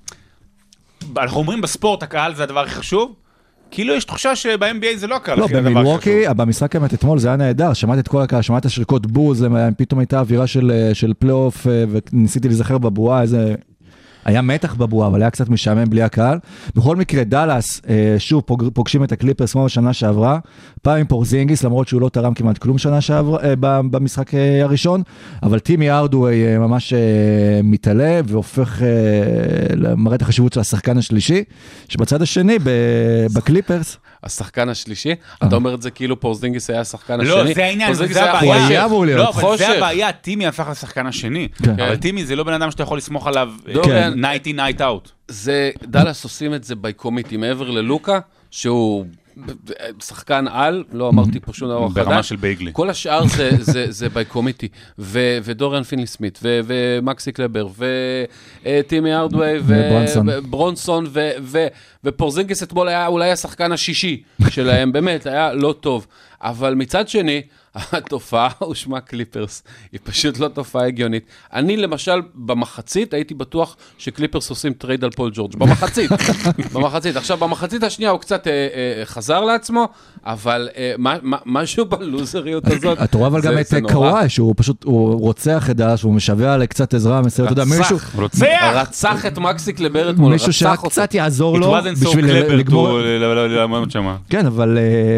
אנחנו אומרים בספורט, הקהל זה הדבר הכי חשוב, כאילו יש תחושה שב-אן בי איי זה לא הקהל לא, הכי הדבר במילווקי, במשחק האמת אתמול זה היה נהדר, שמעתי את כל הקהל, שמעתי שריקות בוז, פתאום הייתה אווירה של פלייאוף, וניסיתי להיזכר בבועה, איזה... היה מתח בבועה, אבל היה קצת משעמם בלי הקהל. בכל מקרה, דלס, שוב, פוגשים את הקליפרס כמו בשנה שעברה, פעם עם פורזינגיס, למרות שהוא לא תרם כמעט כלום שנה שעברה, במשחק הראשון, אבל טימי ארדווי ממש מתעלה, והופך למראה את החשיבות של השחקן השלישי, שבצד השני, בקליפרס, השחקן השלישי, אתה אומר את זה כאילו פורזינגיס היה השחקן השני. לא, זה העניין, זה הבעיה. לא, אבל זה הבעיה, טימי הפך לשחקן השני. אבל טימי זה לא בן אדם שאתה יכול לסמוך עליו night in, night out. זה, דלס עושים את זה בייקומיטי, מעבר ללוקה, שהוא שחקן על, לא אמרתי פה שום דבר חדש. ברמה של בייגלי. כל השאר זה, זה, זה בייקומיטי, ו, ודוריאן פינלי סמית, ו, ומקסי קלבר, וטימי ארדווי, וברונסון, ו, ו, ופורזינגיס אתמול היה אולי השחקן השישי שלהם, באמת, היה לא טוב. אבל מצד שני, התופעה הוא שמה קליפרס, היא פשוט לא תופעה הגיונית. אני למשל במחצית הייתי בטוח שקליפרס עושים טרייד על פול ג'ורג', במחצית, במחצית. עכשיו במחצית השנייה הוא קצת אה, אה, חזר לעצמו, אבל אה, מה, מה, משהו בלוזריות הזאת, אתה רואה אבל גם את קוואי, שהוא פשוט, הוא רוצח את דלס, הוא משווה לקצת עזרה, מסר, אתה יודע, מישהו... רוצח! רצח את מקסי קלבר אתמול, רצח אותו. מישהו שקצת יעזור לו, בשביל לגמור... לעמוד שמה. כן, אבל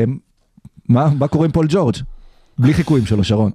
מה קורה עם פול ג'ורג'? בלי חיקויים שלו, שרון.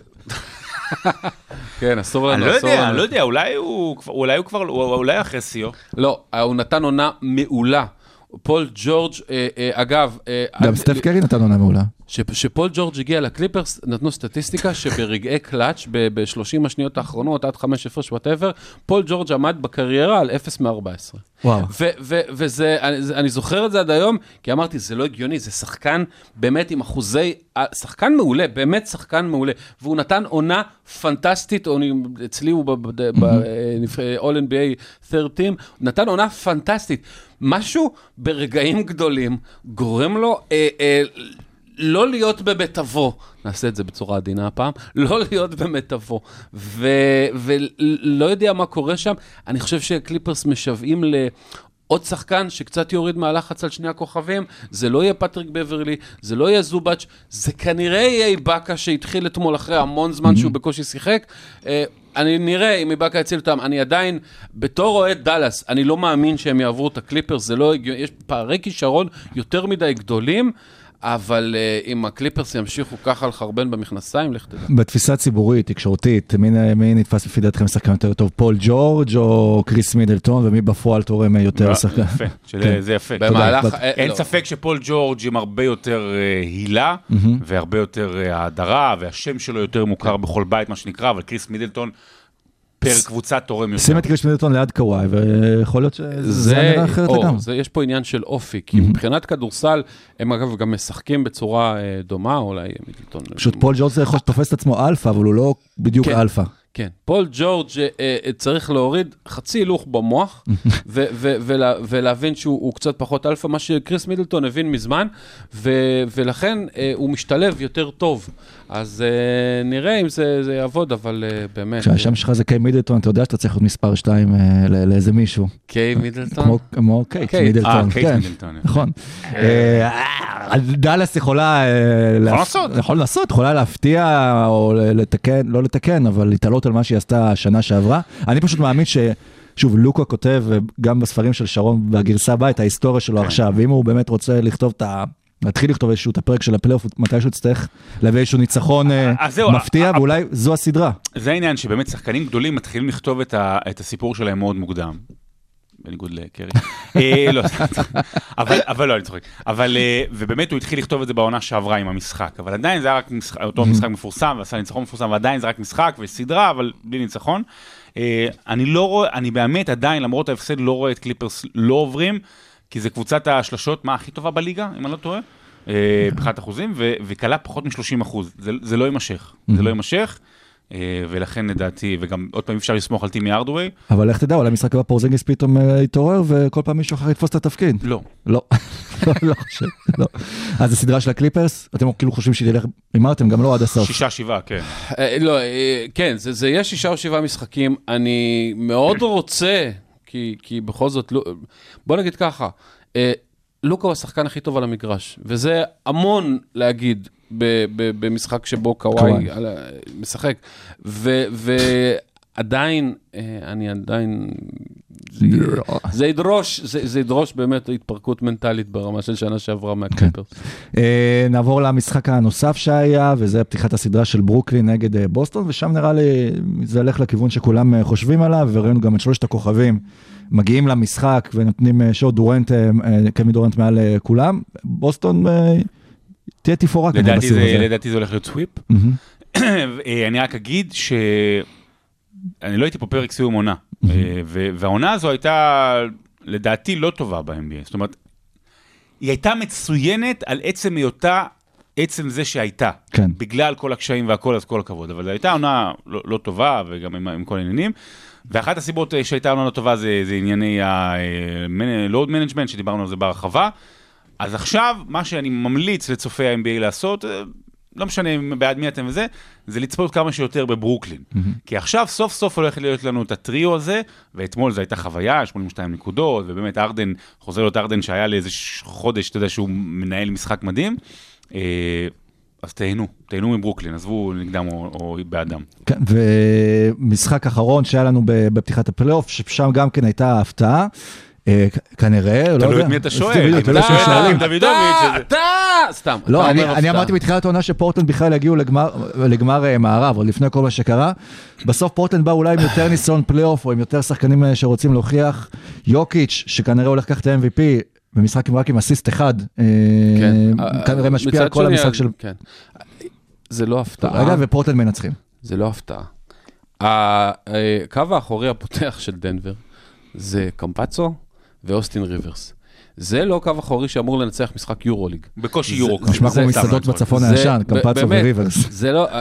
כן, אסור לנו, אני לא אסור יודע, לנו. אני לא יודע, אולי הוא, אולי הוא כבר, אולי אחרי סיו. לא, הוא נתן עונה מעולה. פול ג'ורג', אה, אה, אגב... אה, גם סטף קרי נתן עונה מעולה. שפול ג'ורג' הגיע לקליפרס, נתנו סטטיסטיקה שברגעי קלאץ' ב-שלושים השניות האחרונות, עד חמש הפרש, whatever, פול ג'ורג' עמד בקריירה על אפס מארבע עשרה. וואו. וזה, אני זוכר את זה עד היום, כי אמרתי, זה לא הגיוני, זה שחקן באמת עם אחוזי, שחקן מעולה, באמת שחקן מעולה, והוא נתן עונה פנטסטית, אצלי הוא ב-All-אן בי איי third team, נתן עונה פנטסטית. משהו ברגעים גדולים גורם לו... אה, אה, לא להיות במיטבו, נעשה את זה בצורה עדינה הפעם, לא להיות במיטבו, ולא יודע מה קורה שם, אני חושב שקליפרס משוועים לעוד שחקן שקצת יוריד מהלחץ על שני הכוכבים, זה לא יהיה פטריק בברלי, זה לא יהיה זובאץ', זה כנראה יהיה איבאקה שהתחיל אתמול אחרי המון זמן שהוא בקושי שיחק, אני נראה אם איבאקה יציל אותם, אני עדיין, בתור אוהד דלס, אני לא מאמין שהם יעברו את הקליפרס, זה לא הגיוני, יש פערי כישרון יותר מדי גדולים, אבל uh, אם הקליפרס ימשיכו ככה לחרבן במכנסיים, לך תדע. בתפיסה ציבורית, תקשורתית, מי, מי נתפס לפי דעתכם שחקן יותר טוב? פול ג'ורג' או קריס מידלטון, ומי בפועל תורם יותר שחקן? יפה, כן. זה יפה. במהלך, אין לא. ספק שפול ג'ורג' עם הרבה יותר uh, הילה, mm-hmm. והרבה יותר uh, ההדרה, והשם שלו יותר מוכר בכל בית, מה שנקרא, אבל קריס מידלטון, פר קבוצה תורם יותר. שים את קריס מידלטון ליד קוואי, ויכול להיות שזה נראה אחרת לגמרי. יש פה עניין של אופי, כי מבחינת כדורסל, הם אגב גם משחקים בצורה דומה, אולי מידלטון. פשוט פול ג'ורג' זה יכול שתופס את עצמו אלפא, אבל הוא לא בדיוק אלפא. כן, פול ג'ורג' צריך להוריד חצי הילוך במוח, ולהבין שהוא קצת פחות אלפא, מה שקריס מידלטון הבין מזמן, ולכן הוא משתלב יותר טוב. אז נראה אם זה יעבוד, אבל באמת... כשהשם שלך זה קיי מידלטון, אתה יודע שאתה צריך להיות מספר שתיים לאיזה מישהו. קיי מידלטון? כמו קייט מידלטון. אה, קייט מידלטון. נכון. דאלאס יכולה... יכול לעשות. יכול לעשות, יכולה להפתיע, או לתקן, לא לתקן, אבל להתעלות על מה שהיא עשתה השנה שעברה. אני פשוט מאמין ש... שוב, לוקה כותב גם בספרים של שרון והגרסה הבאה, את ההיסטוריה שלו עכשיו, ואם הוא באמת רוצה לכתוב את ה... להתחיל לכתוב איזשהו את הפרק של הפלייאוף, מתישהו תצטרך להביא איזשהו ניצחון מפתיע, ואולי זו הסדרה. זה העניין שבאמת שחקנים גדולים מתחילים לכתוב את הסיפור שלהם מאוד מוקדם. בניגוד לקרי. לא, אבל לא, אני צוחק. אבל, ובאמת הוא התחיל לכתוב את זה בעונה שעברה עם המשחק, אבל עדיין זה היה רק אותו משחק מפורסם, ועשה ניצחון מפורסם, ועדיין זה רק משחק וסדרה, אבל בלי ניצחון. אני לא רואה, אני באמת עדיין, למרות ההפסד, לא רואה את קליפרס לא עוברים, כי זה קבוצת השלשות, מה הכי טובה בליגה, אם אני לא טועה, פחת אחוזים, וקלה פחות מ-שלושים אחוז. זה לא יימשך, זה לא יימשך, ולכן לדעתי, וגם עוד פעם אפשר לסמוך על טימי ארדווי. אבל איך תדע, אולי משחק הבא פורזינגיס פתאום יתעורר, וכל פעם מישהו אחר יתפוס את התפקיד. לא. לא, לא חושב, לא. אז הסדרה של הקליפרס, אתם כאילו חושבים שתלך, אמרתם, גם לא עד הסוף. שישה, שבעה, כן. לא, כן, זה יהיה שישה או שבעה משחקים, אני מאוד רוצה, כי בכל זאת, בוא נגיד ככה, לוקה הוא השחקן הכי טוב על המגרש, וזה המון להגיד במשחק שבו קוואי משחק, ועדיין, אני עדיין, זה ידרוש, זה ידרוש באמת התפרקות מנטלית ברמה של שנה שעברה מהקליפרס. נעבור למשחק הנוסף שהיה, וזה פתיחת הסדרה של ברוקלין נגד בוסטון, ושם נראה לי, זה הלך לכיוון שכולם חושבים עליו, וראינו גם את שלושת הכוכבים, מגיעים למשחק ונותנים שעות דורנט, קמי דורנט מעל כולם, בוסטון תהיה תפאורה. לדעתי זה הולך להיות סוויפ. אני רק אגיד שאני לא הייתי פה פרק סיום עונה, והעונה הזו הייתה לדעתי לא טובה ב-אן בי איי, זאת אומרת, היא הייתה מצוינת על עצם היותה, עצם זה שהייתה, בגלל כל הקשיים והכל, אז כל הכבוד, אבל זו הייתה עונה לא טובה, וגם עם כל העניינים, ואחת הסיבות שהייתה עונה לא טובה זה ענייני ה-load management, שדיברנו על זה ברחבה, אז עכשיו, מה שאני ממליץ לצופי ה-אן בי איי לעשות, לא משנה בעד מי אתם וזה, זה לצפות כמה שיותר בברוקלין. כי עכשיו סוף סוף הולך להיות לנו את הטריו הזה, ואתמול זו הייתה חוויה, שמונים ושתיים נקודות, ובאמת ארדן, חוזר להיות ארדן שהיה לאיזה חודש, אתה יודע שהוא מנהל משחק מדהים, אז תהנו, תהנו מברוקלין, עזבו נגדם או בעדם. כן, ומשחק אחרון שהיה לנו בפתיחת הפלייאוף, ששם גם כן הייתה הפתעה, כנראה, לא יודע. תלוי את מי אתה שואל. אתה, אתה, סתם. לא, אני אמרתי בתחילת העונה שפורטלנד בכלל הגיעו לגמר מערב, עוד לפני כל מה שקרה. בסוף פורטלנד בא אולי עם יותר ניסיון פלייאוף, או עם יותר שחקנים שרוצים להוכיח. יוקיץ' שכנראה הולך לקחת את ה-אם וי פי, במשחק רק עם אסיסט אחד, כנראה משפיע על כל המשחק של... זה לא הפתעה. רגע, ופורטלנד מנצחים. זה לא הפתעה. הקו האחורי הפותח של דנבר, זה קמפצו ואוסטין ריברס. זה לא קו אחורי שאמור לנצח משחק יורוליג. בקושי יורו. נשמע כמו מסעדות בצפון הישן, קמפצו וריברס. זה לא...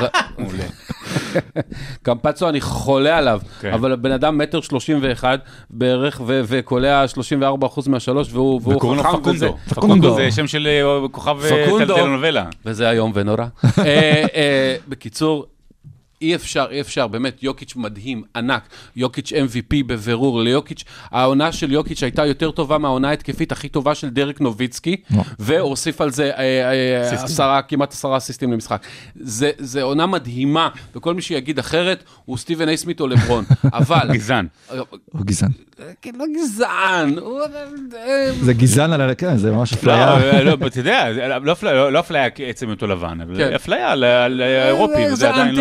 קמפצו אני חולה עליו, אבל הבן אדם מטר שלושים ואחת בערך, וקולע שלושים וארבעה אחוז מהשלוש, והוא וקוראים לו פקונדו. פקונדו זה שם של כוכב טלנובלה. וזה היום ונורא. בקיצור, אי אפשר, אי אפשר, באמת, יוקיץ' מדהים, ענק, יוקיץ' אם וי פי בבירור, ליוקיץ', העונה של יוקיץ' הייתה יותר טובה מהעונה התקפית הכי טובה של דרק נוביצקי, והוסיף על זה עשרה, כמעט עשרה אסיסטים למשחק. זה עונה מדהימה, וכל מי שיגיד אחרת, הוא סטיבן איי סמית או לברון, אבל... גזען. הוא גזען. כן, לא גזען. זה גזען על הלכה, זה ממש אפליה. לא, אתה יודע, לא אפליה עצם אותו לבן, אבל אפליה על האירופי, וזה עדיין לא... אנטי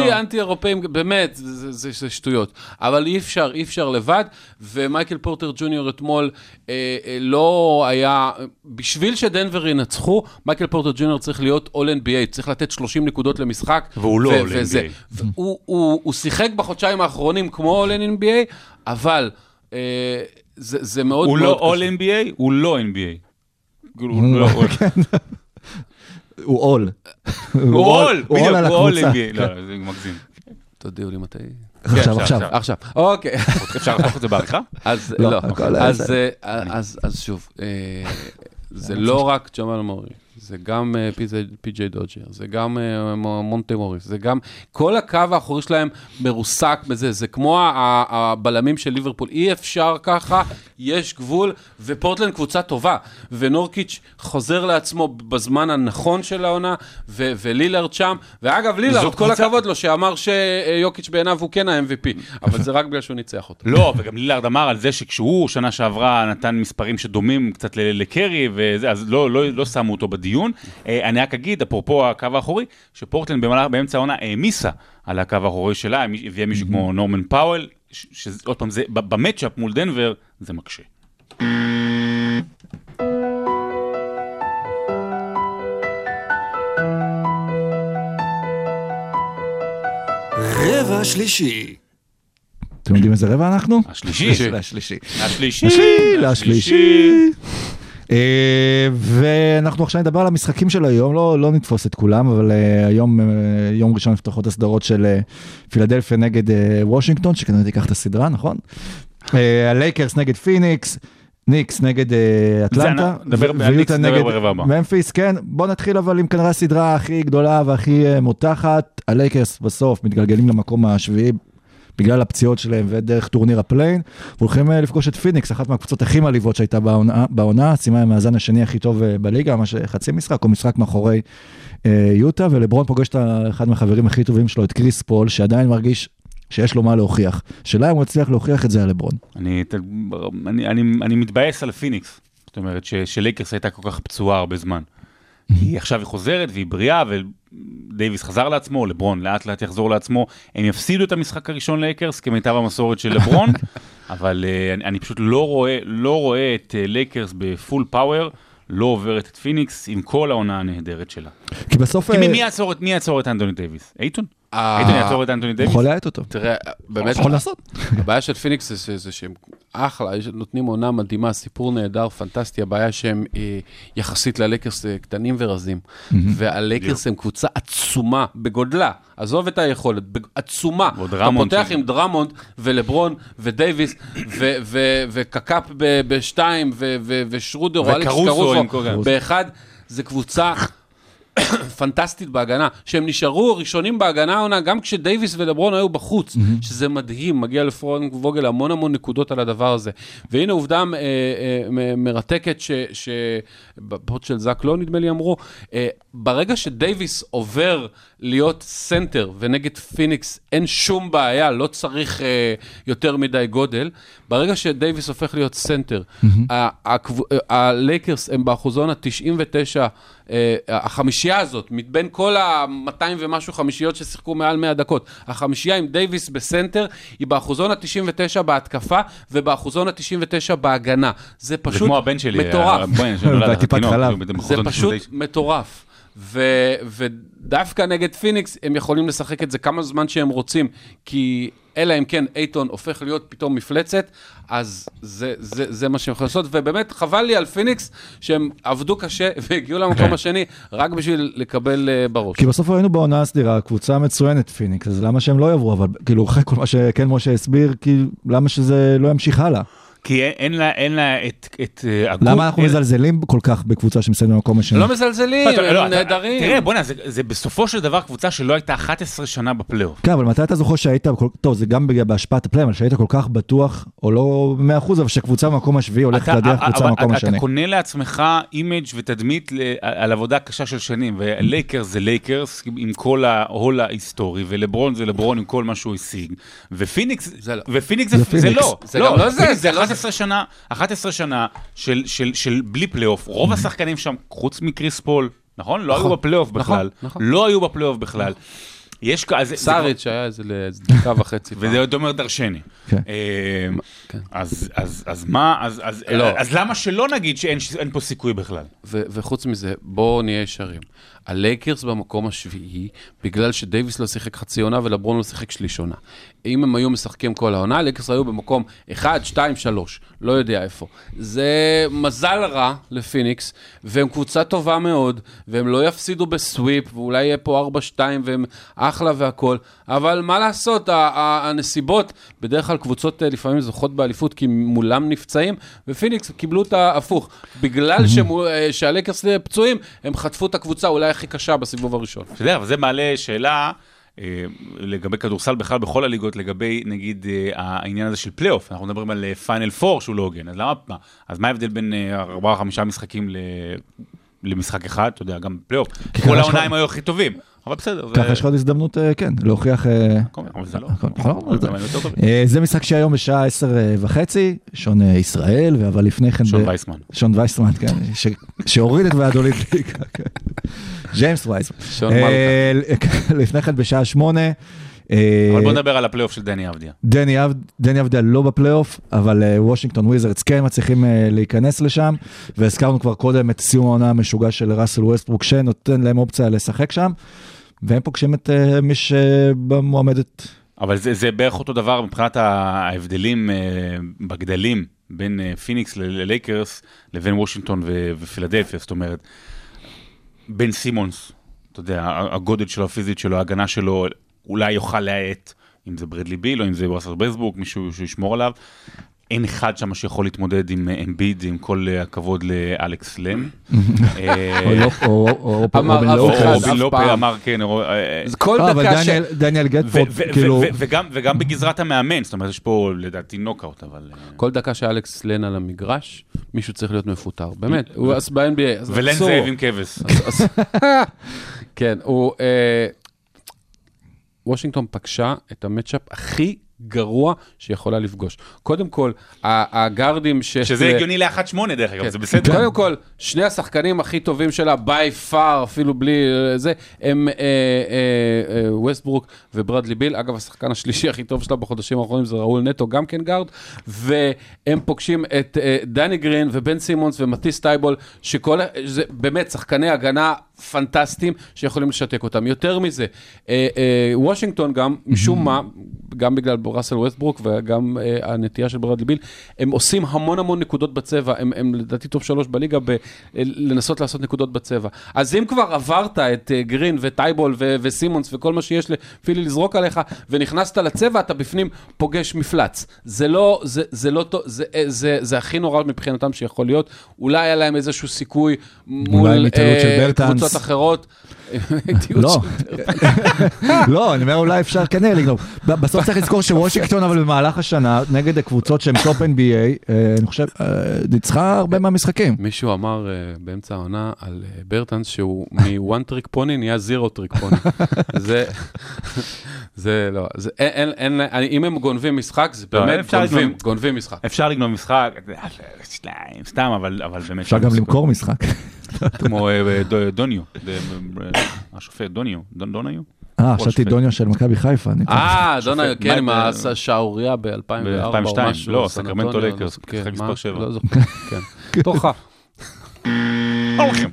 אירופאים, באמת, זה, זה, זה שטויות. אבל אי אפשר, אי אפשר לבד, ומייקל פורטר ג'וניור אתמול אה, אה, לא היה, בשביל שדנבר ינצחו, מייקל פורטר ג'וניור צריך להיות All-אן בי איי, צריך לתת שלושים נקודות למשחק. והוא לא All-אן בי איי. הוא, הוא, הוא שיחק בחודשיים האחרונים כמו All-אן בי איי, אבל אה, זה, זה מאוד הוא מאוד לא All-אן בי איי, הוא לא אן בי איי. הוא לא All. הוא אול. הוא אול, הוא אול על הקבוצה. לא, זה מגזים. תודיעו לי מתי. עכשיו, עכשיו. עכשיו, אוקיי. אפשר לחתוך את זה בעריכה? אז לא, לא, הכל אז, בסדר. אז, אז שוב, אה, זה לא רק ג'מאל מורי, זה גם אה, פי ג'יי דודג'ר, זה גם אה, מונטה מוריס, זה גם, כל הקו האחורי שלהם מרוסק בזה, זה כמו ה- הבלמים של ליברפול, אי אפשר ככה, יש גבול, ופורטלנד קבוצה טובה, ונורקיץ' חוזר לעצמו בזמן הנכון של העונה, ו- ולילארד שם, ואגב לילארד, כל קבוצה... הכבוד לו, שאמר שיוקיץ' בעיניו הוא כן ה-אם וי פי, אבל זה רק בגלל שהוא ניצח אותו. לא, וגם לילארד אמר על זה שכשהוא שנה שעברה נתן מספרים שדומים קצת לקרי, וזה, אז לא, לא, לא שמו אותו בדיון. אני רק אגיד, אפרופו הקו האחורי, שפורטלנד באמצע העונה העמיסה על הקו האחורי שלה, הביאה מישהו כמו נורמן פאוול, שעוד פעם, במצ'אפ מול דנבר, זה מקשה. רבע שלישי. אתם יודעים איזה רבע אנחנו? השלישי. השלישי. השלישי. השלישי. ואנחנו עכשיו נדבר על המשחקים של היום, לא, לא נתפוס את כולם, אבל היום, יום ראשון נפתחות הסדרות של פילדלפיה נגד וושינגטון, שכנראה תיקח את הסדרה, נכון? הלייקרס נגד פיניקס, ניקס נגד אטלנטה, ויוטה נגד ממפיס, כן, בוא נתחיל אבל עם כנראה הסדרה הכי גדולה והכי מותחת, הלייקרס בסוף מתגלגלים למקום השביעי, בגלל הפציעות שלהם ודרך טורניר הפליין, והולכים לפגוש את פיניקס, אחת מהקבוצות הכי מעליבות שהייתה בעונה, שימה המאזן השני הכי טוב בליגה, ממש חצי משחק, או משחק מאחורי יוטה, ולברון פוגש את אחד מהחברים הכי טובים שלו, את קריס פול, שעדיין מרגיש שיש לו מה להוכיח. שאלה אם הוא הצליח להוכיח את זה על לברון. אני, אני, אני, אני מתבאס על פיניקס, זאת אומרת שלייקרס הייתה כל כך פצועה הרבה זמן. היא עכשיו היא חוזרת והיא בריאה, ודייביס חזר לעצמו, לברון לאט לאט יחזור לעצמו, הם יפסידו את המשחק הראשון לייקרס, כמיטב המסורת של לברון, אבל אני, אני פשוט לא רואה, לא רואה את לייקרס בפול פאוור, לא עוברת את פיניקס עם כל העונה הנהדרת שלה. כי בסוף... כי מי יעצור את, מי יעצור את אנטוני דייביס? אייטון? אייטון יעצור את אנטוני דייביס? יכול להיט אותו. תראה, באמת... יכול לעשות. הבעיה של פיניקס זה שהם אחלה, נותנים עונה מדהימה, סיפור נהדר, פנטסטי, הבעיה שהם יחסית ללייקרס קטנים ורזים, והלייקרס הם קבוצה עצומה בגודלה, עזוב את היכולת, עצומה. אתה פותח עם דרמונד ולברון ודייביס וקקאפ בשתיים ושרודר או אלכס קרוסו באחד, זה קבוצה פנטסטית בהגנה, שהם נשארו ראשונים בהגנה העונה, גם כשדייביס ולברון היו בחוץ, שזה מדהים, מגיע לפרנק ווגל המון המון נקודות על הדבר הזה. והנה עובדה מרתקת, שבפוד של זק לא נדמה לי אמרו, ברגע שדייביס עובר להיות סנטר, ונגד פיניקס אין שום בעיה, לא צריך יותר מדי גודל, ברגע שדייביס הופך להיות סנטר, הלייקרס הם באחוזון ה-תשעים ותשע, החמישייה הזאת, מבין כל ה-מאתיים ומשהו חמישיות ששיחקו מעל מאה דקות, החמישייה עם דייביס בסנטר, היא באחוזון ה-תשעים ותשע בהתקפה, ובאחוזון ה-תשעים ותשע בהגנה. זה פשוט זה כמו הבן שלי, מטורף. והטיפת חלב. זה פשוט מטורף. ודווקא נגד פיניקס, הם יכולים לשחק את זה כמה זמן שהם רוצים, כי אלא אם כן אייטון הופך להיות פתאום מפלצת, אז זה, זה, זה מה שהם יכולים לעשות, ובאמת חבל לי על פיניקס, שהם עבדו קשה והגיעו למקום השני, רק בשביל לקבל בראש. כי בסוף ראינו בעונה הסדירה, קבוצה מצוינת פיניקס, אז למה שהם לא יעברו, אבל כאילו אחרי כל מה שכן משה הסביר, למה שזה לא ימשיך הלאה? כי אין לה, אין לה את, את הגול. למה אנחנו מזלזלים כל כך בקבוצה שמסיימת במקום השני? לא מזלזלים, הם נהדרים. תראה, בוא'נה, זה, זה בסופו של דבר קבוצה שלא הייתה אחת עשרה שנה בפלייאוף. כן, אבל מתי אתה זוכר שהיית, טוב, זה גם בהשפעת הפלייאוף, אבל שהיית כל כך בטוח, או לא מאה אחוז, אבל שקבוצה במקום השביעי הולכת להדיח קבוצה במקום השני. אתה קונה לעצמך אימג' ותדמית על עבודה קשה של שנים, ולייקרס זה לייקרס עם כל ההול ההיסטורי, ולברון זה לברון עם כל מה שהוא השיג, ופיניקס זה לא. זה גם לא זה, זה אחת עשרה שנה, אחת עשרה שנה של, של, של בלי פלייאוף, רוב השחקנים שם, חוץ מקריס פול, נכון? לא היו בפלייאוף בכלל, לא היו בפלייאוף בכלל. יש... סאריץ' שהיה איזה דקה וחצי. וזה עוד אומר דרשני. אז מה, אז למה שלא נגיד שאין פה סיכוי בכלל? וחוץ מזה, בואו נהיה ישרים. הלייקרס במקום השביעי, בגלל שדייביס לא שיחק חצי עונה ולברון לא שיחק שליש עונה. אם הם היו משחקים כל העונה, הלייקרס היו במקום אחד, שתיים, שלוש, לא יודע איפה. זה מזל רע לפיניקס, והם קבוצה טובה מאוד, והם לא יפסידו בסוויפ, ואולי יהיה פה ארבע שתיים, והם אחלה והכל, אבל מה לעשות, הנסיבות, בדרך כלל קבוצות לפעמים זוכות באליפות, כי מולם נפצעים, ופיניקס קיבלו את ההפוך. בגלל שהלייקרס פצועים, הם חטפו את הקבוצה אולי הכי קשה בסיבוב הראשון. בסדר, אבל זה מעלה שאלה, לגבי כדורסל בכלל בכל הליגות, לגבי נגיד העניין הזה של פלייאוף, אנחנו מדברים על פיינל פור שהוא לא הוגן, אז למה, אז מה ההבדל בין ארבעה חמישה משחקים למשחק אחד, אתה יודע, גם פלייאוף, כל העוניים היו הכי טובים, אבל בסדר. ככה יש לך עוד הזדמנות, כן, להוכיח... אבל זה לא. זה משחק שהיום בשעה עשר וחצי, שון ישראל, אבל לפני כן... שון וייסמן. שון וייסמן, כן, שהוריד את ועדולית ליגה, כן. ג'יימס וייסמן. שון מלכה. לפני כן בשעה שמונה... אבל בוא נדבר על הפלייאוף של דני אבדיה. דני אבדיה לא בפלייאוף, אבל וושינגטון וויזרדס כן מצליחים להיכנס לשם, והזכרנו כבר קודם את סיום העונה המשוגע של ראסל ווסטברוק, שנותן להם אופציה לשחק שם, והם פוגשים את מי שבמועמדת. אבל זה, זה בערך אותו דבר מבחינת ההבדלים בגדלים בין פיניקס ללייקרס לבין וושינגטון ופילדלפיה, זאת אומרת, בין סימונס, אתה יודע, הגודל שלו, הפיזית שלו, ההגנה שלו, אולי יוכל להעט, אם זה ברדלי ביל, או אם זה ראסל ווסטברוק, מישהו שישמור עליו. אין אחד שם שיכול להתמודד עם אמביד, עם כל הכבוד לאלכס לם. או לופה אמר, כן. כל דקה ש... דניאל גטפורד, כאילו... וגם בגזרת המאמן, זאת אומרת, יש פה לדעתי נוקאוט, אבל... כל דקה שאלכס לן על המגרש, מישהו צריך להיות מפוטר, באמת. הוא עש ב-אן בי איי. ולן זאב עם כבש. כן, הוא... וושינגטון פגשה את המצ'אפ הכי גרוע שיכולה לפגוש. קודם כל, הגארדים ש... שזה הגיוני ל-אחת שמונה דרך אגב, זה בסדר. קודם כל, שני השחקנים הכי טובים שלה, ביי פאר, אפילו בלי זה, הם ווסטברוק וברדלי ביל. אגב, השחקן השלישי הכי טוב שלה בחודשים האחרונים זה ראול נטו, גם כן גארד, והם פוגשים את דני גרין ובן סימונס ומתיס טייבול, שכל, זה באמת שחקני הגנה פנטסטיים שיכולים לשתק אותם. יותר מזה, וושינגטון גם, משום מה, גם בגלל ראסל ווסטברוק וגם הנטייה של ברדלי ביל, הם עושים המון המון נקודות בצבע, הם, הם לדעתי טוב שלוש בליגה ב- לנסות לעשות נקודות בצבע. אז אם כבר עברת את גרין וטייבול ו- וסימונס וכל מה שיש לפילי לזרוק עליך, ונכנסת לצבע, אתה בפנים פוגש מפלץ. זה לא, זה, זה לא, זה, זה, זה, זה הכי נורא מבחינתם שיכול להיות. אולי היה להם איזשהו סיכוי מול אה, קבוצות אחרות. לא, לא, אני אומר אולי אפשר כנראה לגנוב. בסוף צריך לזכור שוושינגטון, אבל במהלך השנה, נגד הקבוצות שהן טופ אן בי איי, אני חושב, ניצחה הרבה מהמשחקים. מישהו אמר באמצע העונה על ברטנס, שהוא מ-one trick pony נהיה zero trick pony. זה, זה לא, אם הם גונבים משחק, זה באמת גונבים משחק. אפשר לגנוב משחק, סתם, אבל באמת... אפשר גם למכור משחק. כמו דוניו, השופט דוניו, דוניו? אה, חשבתי דוניו של מכבי חיפה. אה, דוניו, כן, עם השערוריה ב-אלפיים וארבע או משהו. לא, סקרמנטו לייקרס, משחק מספר שבע. לא זוכר, כן. תורך. הולכים.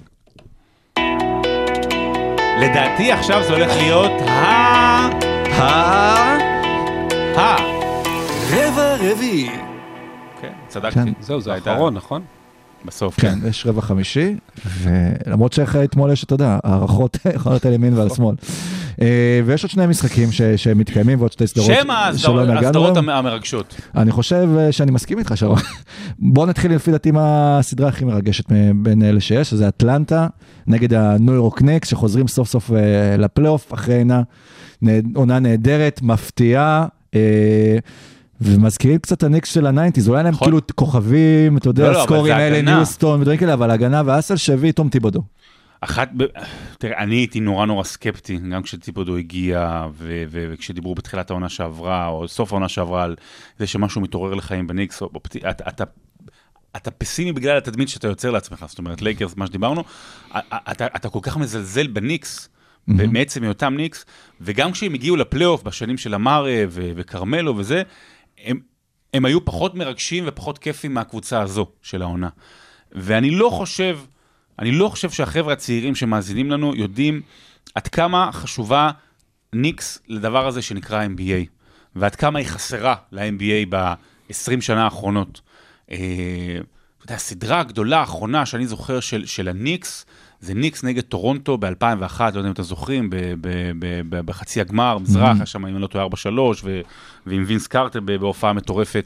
לדעתי עכשיו זה הולך להיות ה... ה... ה... רבע רביעי. כן, צדקתי. זהו, זה האחרון, נכון? בסוף, כן. כן, יש רבע חמישי, ולמרות שאיך אתמול יש, אתה יודע, הערכות יכולות על ימין ועל שמאל. ויש עוד שני משחקים שמתקיימים, ועוד שתי סדרות שלא נגענו. הסדרות המרגשות. אני חושב שאני מסכים איתך, שרון. בוא נתחיל לפי דעתי מה הסדרה הכי מרגשת בין אלה שיש, שזה אטלנטה, נגד הניו יורק ניקס, שחוזרים סוף סוף לפלייאוף, אחרי עונה נהדרת, מפתיעה, ומזכירים קצת הניקס של הניינטיז, אולי להם כאילו כוכבים, אתה יודע, סקורים האלה, ניוסטון ודברים כאלה, אבל הגנה ואסל שהביא תום טיבודו. אחת, תראה, אני הייתי נורא נורא סקפטי, גם כשטיבודו הגיע, וכשדיברו בתחילת העונה שעברה, או סוף העונה שעברה, על זה שמשהו מתעורר לחיים בניקס, אתה פסימי בגלל התדמית שאתה יוצר לעצמך, זאת אומרת, לייקרס, מה שדיברנו, אתה כל כך מזלזל בניקס, ומעצם מאותם ניקס, וגם כשהם הגיעו לפלייאוף בשנים של אמרה וקרמלו וזה, הם, הם היו פחות מרגשים ופחות כיפים מהקבוצה הזו של העונה. ואני לא חושב, אני לא חושב שהחבר'ה הצעירים שמאזינים לנו יודעים עד כמה חשובה ניקס לדבר הזה שנקרא אם בי איי, ועד כמה היא חסרה ל-אם בי איי ב-עשרים שנה האחרונות. אתה יודע, הסדרה הגדולה האחרונה שאני זוכר של, של הניקס, זה ניקס נגד טורונטו ב-אלפיים ואחת, לא יודע אם אתם זוכרים, ב- ב- ב- ב- בחצי הגמר, מזרח, היה שם, אם אני לא טועה, ארבע שלוש, ו- ועם וינס קארטר בהופעה מטורפת.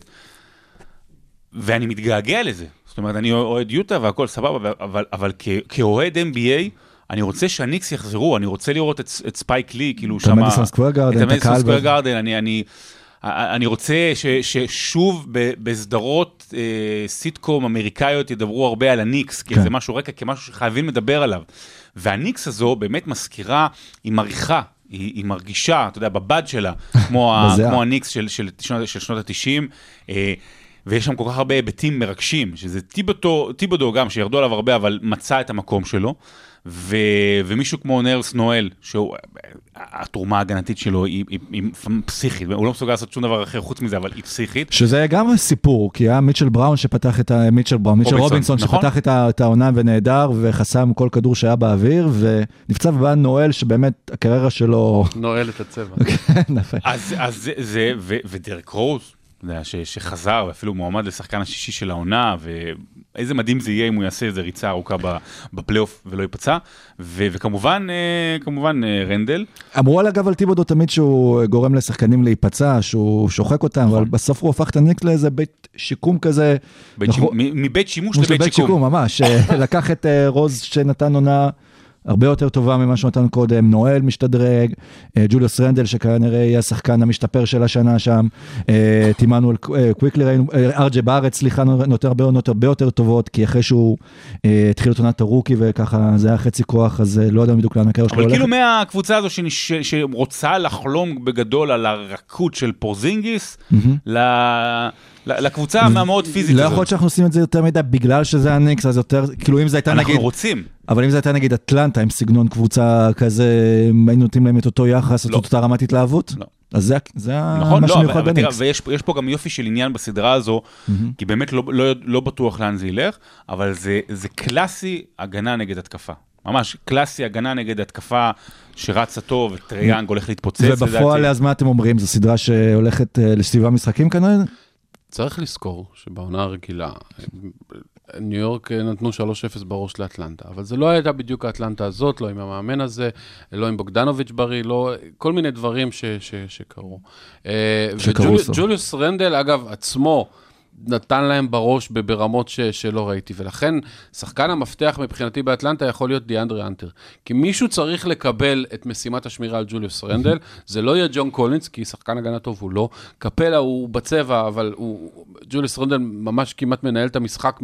ואני מתגעגע לזה. זאת אומרת, אני אוהד יוטה והכל סבבה, אבל, אבל כ- כאוהד אם בי איי, אני רוצה שהניקס יחזרו, אני רוצה לראות את, את ספייק לי, כאילו שמה... את המדיסון סקוואר גארדן, את המדיסון סקוואר גארדן, אני... אני אני רוצה ש, ששוב בסדרות אה, סיטקום אמריקאיות ידברו הרבה על הניקס, כי כן. זה משהו רקע, כמשהו שחייבים לדבר עליו. והניקס הזו באמת מזכירה, היא מריחה, היא, היא מרגישה, אתה יודע, בבד שלה, כמו, ה, כמו הניקס של, של, של, של שנות ה-תשעים, אה, ויש שם כל כך הרבה היבטים מרגשים, שזה טיבודו, טיבודו גם, שירדו עליו הרבה, אבל מצא את המקום שלו, ו, ומישהו כמו נרס נואל, שהוא, התרומה ההגנתית שלו היא, היא, היא פסיכית, הוא לא מסוגל לעשות שום דבר אחר חוץ מזה, אבל היא פסיכית. שזה גם סיפור, כי היה מיטשל בראון שפתח את ה... מיטשל בראון, מיטשל רובינסון נכון? שפתח את, ה, את העונה ונהדר, וחסם כל כדור שהיה באוויר, ונפצע ובא נואל שבאמת הקריירה שלו... נואל את הצבע. אז, אז זה, ו, ודרק רוז, ש, שחזר, ואפילו מועמד לשחקן השישי של העונה, ואיזה מדהים זה יהיה אם הוא יעשה איזה ריצה ארוכה בפלייאוף ולא ייפצע, ו, וכמובן, כמובן רנדל. אמרו על אגב על טיבודו תמיד שהוא גורם לשחקנים להיפצע, שהוא שוחק אותם, אבל בסוף הוא הפך את הניקס לאיזה בית שיקום כזה. מבית שימוש לבית שיקום. ממש, לקח את רוז שנתן עונה, הרבה יותר טובה ממה שנתן קודם, נואל משתדרג, ג'וליוס רנדל שכנראה יהיה השחקן המשתפר של השנה שם, תימנו קוויקלי, ארג'י בארץ, סליחה, נותר הרבה עונות הרבה יותר טובות, כי אחרי שהוא התחיל את עונת הרוקי וככה זה היה חצי כוח, אז לא יודע בדיוק לאן הקריירה שלו הולכת. אבל כאילו מהקבוצה הזו שרוצה לחלום בגדול על הרכות של פורזינגיס, לקבוצה המאוד פיזית הזאת. לא יכול להיות שאנחנו עושים את זה יותר מדי, בגלל שזה הניקס, אז יותר, כאילו אם זה הייתה נגיד... אנחנו רוצים. אבל אם זה הייתה נגיד אטלנטה, עם סגנון קבוצה כזה, היינו נותנים להם את אותו יחס, את אותה רמת התלהבות? לא. אז זה, זה נכון, מה לא, שמיוחד אבל, בניקס. ויש, יש פה גם יופי של עניין בסדרה הזו, mm-hmm. כי באמת לא, לא, לא בטוח לאן זה ילך, אבל זה, זה קלאסי הגנה נגד התקפה. ממש קלאסי הגנה נגד התקפה שרצה טוב, וטריאנג הולך להתפוצץ. ובפועל, אז מה אתם אומרים? זו סדרה שהולכת לסביבה משחקים כנראה? צריך לזכור שבעונה הרגילה, ניו יורק נתנו שלוש אפס בראש לאטלנטה, אבל זה לא הייתה בדיוק האטלנטה הזאת, לא עם המאמן הזה, לא עם בוגדנוביץ' בריא, לא, כל מיני דברים ש, ש, שקרו. וג'וליוס רנדל, אגב, עצמו, נתן להם בראש ברמות ש, שלא ראיתי, ולכן שחקן המפתח מבחינתי באטלנטה יכול להיות דיאנדרי אנטר, כי מישהו צריך לקבל את משימת השמירה על ג'וליוס רנדל, זה לא יהיה ג'ון קולינס, כי שחקן הגנה טוב הוא לא, קפלה הוא בצבע, אבל הוא, ג'וליוס רנדל ממש כמעט מנהל את המשחק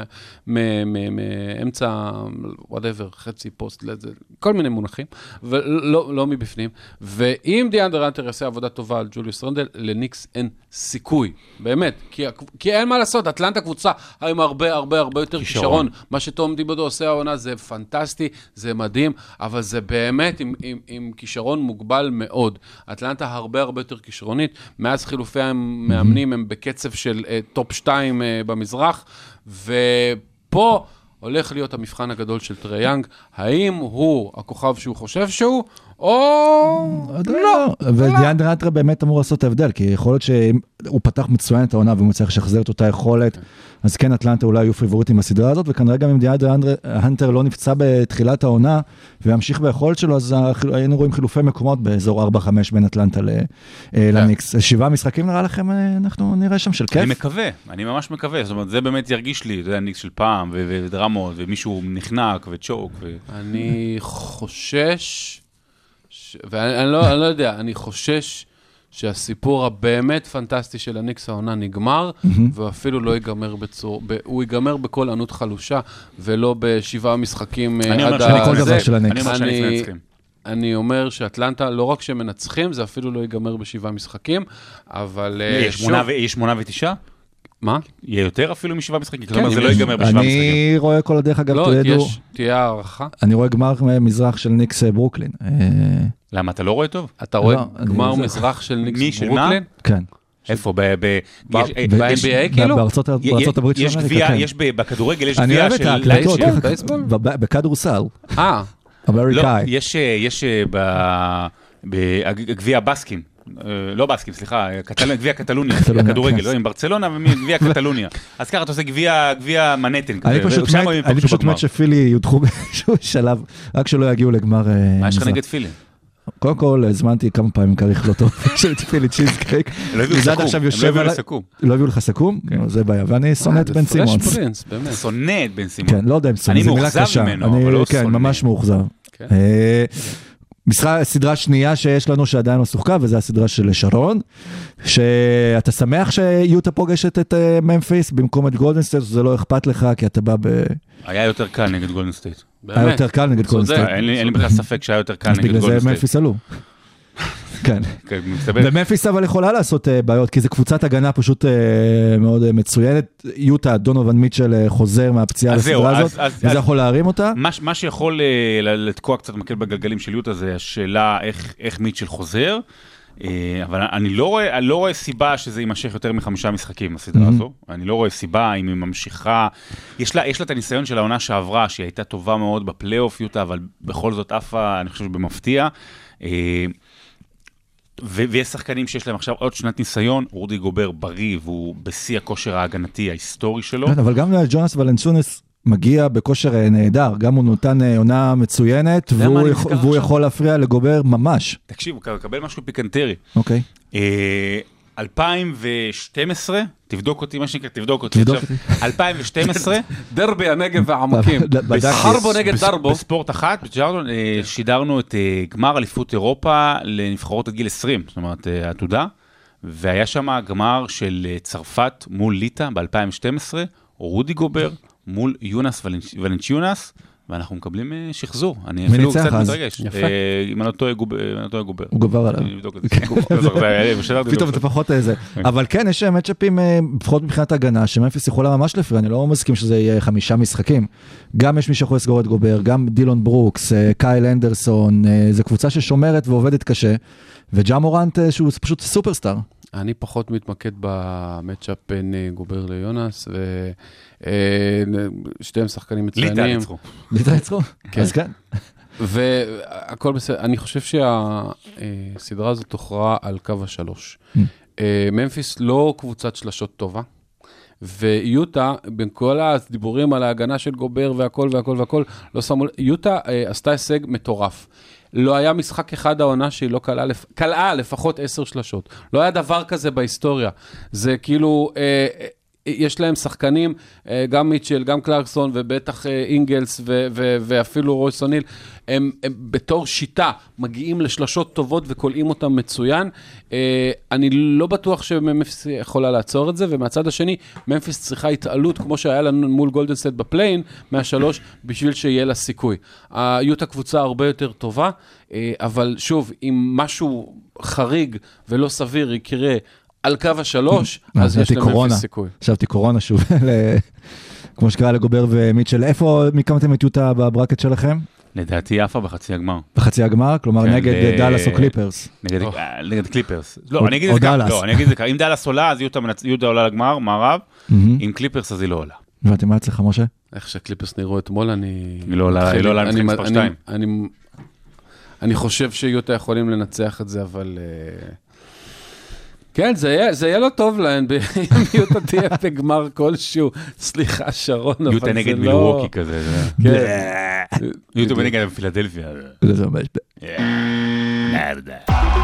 מאמצע, whatever, חצי פוסט, כל מיני מונחים, ולא לא מבפנים, ואם דיאנדרי אנטר יעשה עבודה טובה על ג'וליוס רנדל, לניקס אין סיכוי, באמת, כי כי אין מה לעשות, אטלנטה קבוצה עם הרבה הרבה הרבה יותר כישרון. מה שתום דיבודו עושה העונה זה פנטסטי, זה מדהים, אבל זה באמת עם, עם, עם כישרון מוגבל מאוד. אטלנטה הרבה הרבה יותר כישרונית, מאז חילופי המאמנים הם בקצב של uh, טופ שתיים uh, במזרח, ופה הולך להיות המבחן הגדול של טריאנג, האם הוא הכוכב שהוא חושב שהוא, או לא. ודיאנדרי אנטר באמת אמור לעשות הבדל, כי יכול להיות שהוא פתח מצוין את העונה, והוא צריך לשחזר את אותה יכולת, אז כן, אטלנטה אולי יהיו פיבוריטים בסדרה הזאת, וכנראה גם אם דיאנדרי אנטר לא נפצע בתחילת העונה, וימשיך ביכולת שלו, אז היינו רואים חילופי מקומות באזור ארבע חמש בין אטלנטה לניקס. שבעה משחקים נראה לכם, אנחנו נראה שם של כיף. אני מקווה, אני ממש מקווה, זאת אומרת, זה באמת ירגיש לי, אתה יודע, ניקס של פעם, ודרמות, ומישהו נחנק וצ'וק. אני חושש, ואני לא, אני לא יודע, אני חושש שהסיפור הבאמת פנטסטי של הניקס העונה נגמר, ואפילו לא ייגמר בצור, הוא ייגמר בכל ענות חלושה, ולא בשבעה משחקים עד הזה. אני אומר שאני מנצחים. אני אומר שאטלנטה, לא רק שמנצחים, זה אפילו לא ייגמר בשבעה משחקים, אבל... יש שמונה ותשעה? מה? יהיה יותר אפילו משבעה משחקים, כלומר זה לא ייגמר בשבעה משחקים. אני רואה כל הדרך, אגב, לא, תדעו, תהיה הערכה. אני רואה גמר מזרח של ניקס ברוקלין. למה, אתה לא רואה טוב? אתה רואה לא, אני- גמר זה- מזרח של מי, ניקס של ברוקלין? כן. איפה? ב- ב- ב- יש- אה, ב-אן יש- בי איי כאילו? בארצות בארצות הברית של יש אמריקה, גביע, כן. יש ב- בכדורגל, יש אני גביע אוהב את של... ההקלטות, בייסבול? ככה- בייסבול? ב- בכדורסל, אה, אמריקאי. יש, אה, יש אה, ב- בגביע הבסקים, אה, לא בסקים, סליחה, קטל- גביע קטלוניה, קטלוניה, כדורגל, כן. לא עם ברצלונה, וגביע קטלוניה. אז ככה אתה עושה גביע גביע מנהטן כזה. אני פשוט ושם מת- הם אני יפגשו פשוט בגמר. מת שפילי יודחו באיזשהו שלב, רק שלא יגיעו לגמר. אה, מה יש לך מזרח. נגד פילי? קודם כל, הזמנתי כמה פעמים כריך לא טוב, שהציפי לי צ'יז קייק. לא הביאו וזה עד סכו"ם, עכשיו הם לא יושב הביאו עליי. לסכו"ם. לא הביאו לך סכו"ם? נו, זה בעיה, ואני שונא את בן סימונס. פרש פרינס, באמת. שונא את בן סימון. כן, לא יודע אם שונא, אני זו מילה מאוכזב קשה. ממנו, אני- אבל לא כן, שונא. ממש מאוכזב. כן. אה, משחק, סדרה שנייה שיש לנו שעדיין לא שוחקה, וזה הסדרה של שרון, שאתה שמח שיוטה פוגשת את אה, ממפיס במקום את גולדן סטייט, זה לא אכפת לך, כי אתה בא ב... היה יותר קל נגד גולדן סטייט. היה באמת. יותר קל נגד גולדן צודק. סטייט. אין לי אין לי בכלל ספק שהיה יותר קל אז נגד בגלל גולדן זה סטייט. ממפיס עלו. כן. כן, מסתבר. וממפיס אבל יכולה לעשות אה, בעיות, כי זו קבוצת הגנה פשוט אה, מאוד אה, מצוינת. יוטה, דונובל מיטשל אה, חוזר מהפציעה אז זהו, לסדרה אז- הזאת, אז- וזה אז- יכול להרים אותה. מה, מה שיכול אה, ל- לתקוע קצת מקל בגלגלים של יוטה זה השאלה איך, איך מיטשל חוזר, אה, אבל אני לא רואה, אני לא רואה סיבה שזה יימשך יותר מחמישה משחקים בסדרה Mhm. הזו, אני לא רואה סיבה אם היא ממשיכה, יש לה, יש לה את הניסיון של העונה שעברה, שהיא הייתה טובה מאוד בפלייאוף יוטה, אבל בכל זאת עפה, אני חושב, במפתיע, אה, ו- ויש שחקנים שיש להם עכשיו עוד שנת ניסיון, רודי גובר בריא, והוא בשיא הכושר ההגנתי ההיסטורי שלו. כן, אבל גם ג'ונס ולנצ'ונס מגיע בכושר אה, נהדר, גם הוא נותן אה, עונה מצוינת, יודע מה והוא אני יכול- נזכר והוא עכשיו? יכול להפריע לגובר ממש. תקשיב, הוא מקבל משהו פיקנטרי. אוקיי. אה, אלפיים ושתים עשרה, תבדוק אותי, מה שנקרא, תבדוק אותי. תבדוק עכשיו, אלפיים ושתים עשרה, דרבי הנגב והעמקים. בדקתי. חרבו נגד בס- דרבו. בספורט אחת, בג'רדון, אה, שידרנו את אה, גמר אליפות אירופה לנבחרות עד גיל עשרים, זאת אומרת, אה, עתודה, והיה שם גמר של אה, צרפת מול ליטא ב-אלפיים ושתים עשרה, רודי גובר מול יונס ולנצ'- ולנצ'יונס, ואנחנו מקבלים אה, שחזור. אני אפילו ניצח קצת אז? מתרגש. יפה. אה, אם אני לא טועה גוב- אם אני לא טועה גובר. הוא גובר עליו. אני אבדוק את זה. זה היה- ושלחתי פתאום לו. אתה פחות איזה, אבל כן, יש מצ'אפים, אה, לפחות מבחינת הגנה, שממפיס יכולה ממש לפריע, אני לא מסכים שזה יהיה חמישה משחקים. גם יש מי שיכול לסגור את גובר, גם דילון ברוקס, אה, קייל אנדרסון, אה, זו קבוצה ששומרת ועובדת קשה, וג'ה מורנט אה, שהוא פשוט סופרסטאר. אני פחות מתמקד במצ'אפ בין אה, גובר ליונס, ושתיהם שחקנים ליטא מצוינים. ניצחו. ליטא ניצחו? כן. אז כן. והכל בסדר, אני חושב שהסדרה הזאת תוכרע על קו השלוש. Mm. אה, ממפיס לא קבוצת שלשות טובה, ויוטה, בין כל הדיבורים על ההגנה של גובר והכל והכל והכל, לא שמו, יוטה אה, עשתה הישג מטורף. לא היה משחק אחד העונה שהיא לא קלעה, לפ... קלעה לפחות עשר שלשות. לא היה דבר כזה בהיסטוריה. זה כאילו, אה, יש להם שחקנים, אה, גם מיטשל, גם קלרקסון, ובטח אה, אינגלס, ו- ו- ואפילו רויס אוניל, הם, הם בתור שיטה מגיעים לשלשות טובות וקולעים אותם מצוין. אה, אני לא בטוח שממפיס יכולה לעצור את זה, ומהצד השני, ממפיס צריכה התעלות, כמו שהיה לנו מול גולדן סטייט בפליין, מהשלוש, בשביל שיהיה לה סיכוי. היוטה קבוצה הרבה יותר טובה, אה, אבל שוב, אם משהו חריג ולא סביר יקרה על קו השלוש, אז יש לממפיס סיכוי. חשבתי קורונה שוב, ל- כמו שקרה לגובר ומיטשל. איפה מיקמתם את יוטה בברקט שלכם? לדעתי יפה בחצי הגמר. בחצי הגמר? כלומר כן, נגד ל- דאלאס או קליפרס? נגד, או. אה, נגד קליפרס. לא, או- אני אגיד או את זה ככה, דאלאס. לא, אני אגיד את זה ככה, אם דאלאס עולה, אז יוטה מנצ- יוטה עולה לגמר, מערב, מהמם. עם קליפרס אז היא לא עולה. הבנתי, מה אצלך, משה? איך שהקליפרס נראו אתמול, אני... היא לא עולה- היא לא עולה למשחק אני- מספר אני- שתיים. אני- אני חושב שיוטה יכולים לנצח את זה, אבל... אה, כן, זה יהיה, זה יהיה לא טוב להם, אם יוטה תהיה בגמר כלשהו, סליחה שרון, אבל זה לא... יוטה נגד מילווקי כזה. זה- כן. יוטה נגד פילדלפיה. זה ממש... נרדה.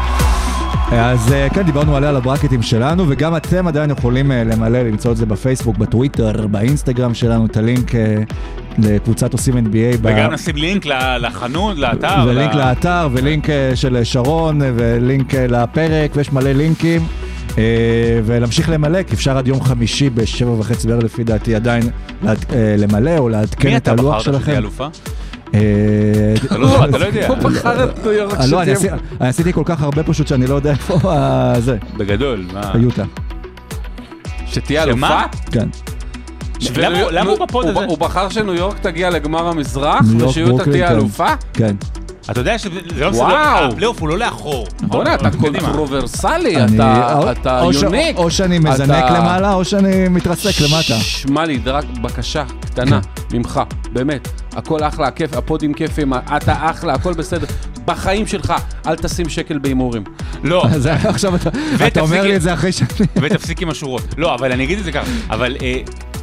אז אה, כן, דיברנו עליה לברקטים שלנו, וגם אתם עדיין יכולים אה, למלא, למצוא את זה בפייסבוק, בטוויטר, באינסטגרם שלנו, את הלינק אה, לקבוצת עושים אן בי איי. וגם נשים לינק ל- לחנות, לאתר. ולינק ל- לאתר, ולינק אה, של שרון, אה, ולינק אה, לפרק, ויש מלא לינקים. אה, ולהמשיך למלא, כי אפשר עד יום חמישי בשבע וחצי בערב לפי דעתי עדיין לעד- אה, למלא, או לעדכן מי את אתה הלוח בחרת שתהיה שלכם. אלופה? אה, אתה לא אתה לא יודע. הוא בחר את ניו יורק אה, לא, אני שתהיה- עשי- אני עשיתי כל כך הרבה פשוט שאני לא יודע איפה ה- זה, בגדול, מה? היוטה. שתהיה שמה? אלופה? כן. למה- למה הוא בפוד הזה? הוא בחר שניו יורק תגיע לגמר המזרח, ניו יורק, ושיוטה ברוקלין, תהיה כן. אלופה? כן. אתה יודע שזה לא וואו. סדר, הפלייאוף הוא לא לאחור. בוא'נה, אתה קדימה. קונטרוברסלי, אני- אתה או- אתה או ש- יוניק. או שאני מזנק אתה- למעלה, או שאני מתרסק למטה. שמע לי, רק בקשה קטנה ממך, באמת. הכל אחלה, הכיף, הפודים כיפים, אתה אחלה, הכל בסדר. בחיים שלך, אל תשים שקל בהימורים. לא, אז עכשיו אתה- אתה ותפסיק- אומר לי את זה אחרי שאני... ותפסיק עם השורות. לא, אבל אני אגיד את זה ככה, אבל אה,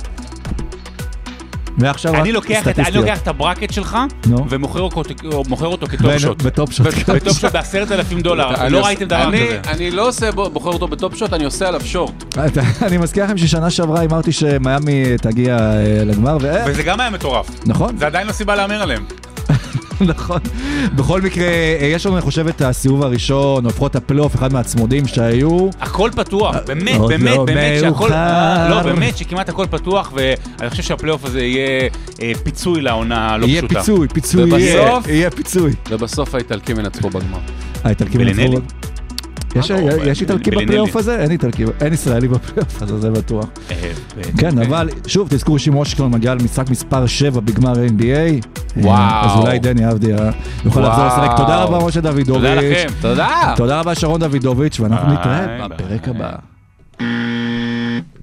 ועכשיו רק אני לוקח את- אני סטטיסטיות. לוקח את הברקט שלך, נו. ומוכר אותו- מוכר אותו כטופ בין- שוט. בטופ שוט. בטופ שוט בעשרת אלפים דולר, אני לא עוש- ראיתם דבר אני- כזה. אני לא עושה, בו- בוחר אותו בטופ שוט, אני עושה עליו שורט. אתה- אני מזכיר לכם ששנה שעברה אמרתי שמיאמי תגיע אה, לגמר, ו... וזה גם היה מטורף. נכון, זה עדיין לא סיבה להמר עליהם. נכון. בכל מקרה, אה, יש לנו, אני חושב, את הסיבוב הראשון, או לפחות הפלייאוף, אחד מהצמודים שהיו. הכל פתוח, באמת, עוד באמת, לא באמת, שהכל, מאוחר. לא, באמת, שכמעט הכל פתוח, ואני חושב שהפלייאוף הזה יהיה אה, פיצוי לעונה הלא יהיה פשוטה. פיצוי, פיצוי ובסוף- יהיה, יהיה פיצוי. ובסוף האיטלקים ינצחו בגמר. האיטלקים בלינלי? ינצחו. יש- אה, לא, יש ב- איטלקים בלינלי. בפלייאוף הזה? אין איטלקים, אין ישראלי בפלייאוף הזה, זה בטוח. אה, אה, כן, אה, אבל שוב, תזכרו שאם וושינגטון מגיע למשחק מספר שבע בגמר ה-אן בי איי, וואו. אז אולי דני אבדיה יוכל לחזור וואו. לשחק. תודה רבה, משה דוידוביץ'. תודה לכם. תודה! תודה רבה, שרון דוידוביץ', ואנחנו ביי, נתראה ביי. בפרק הבא.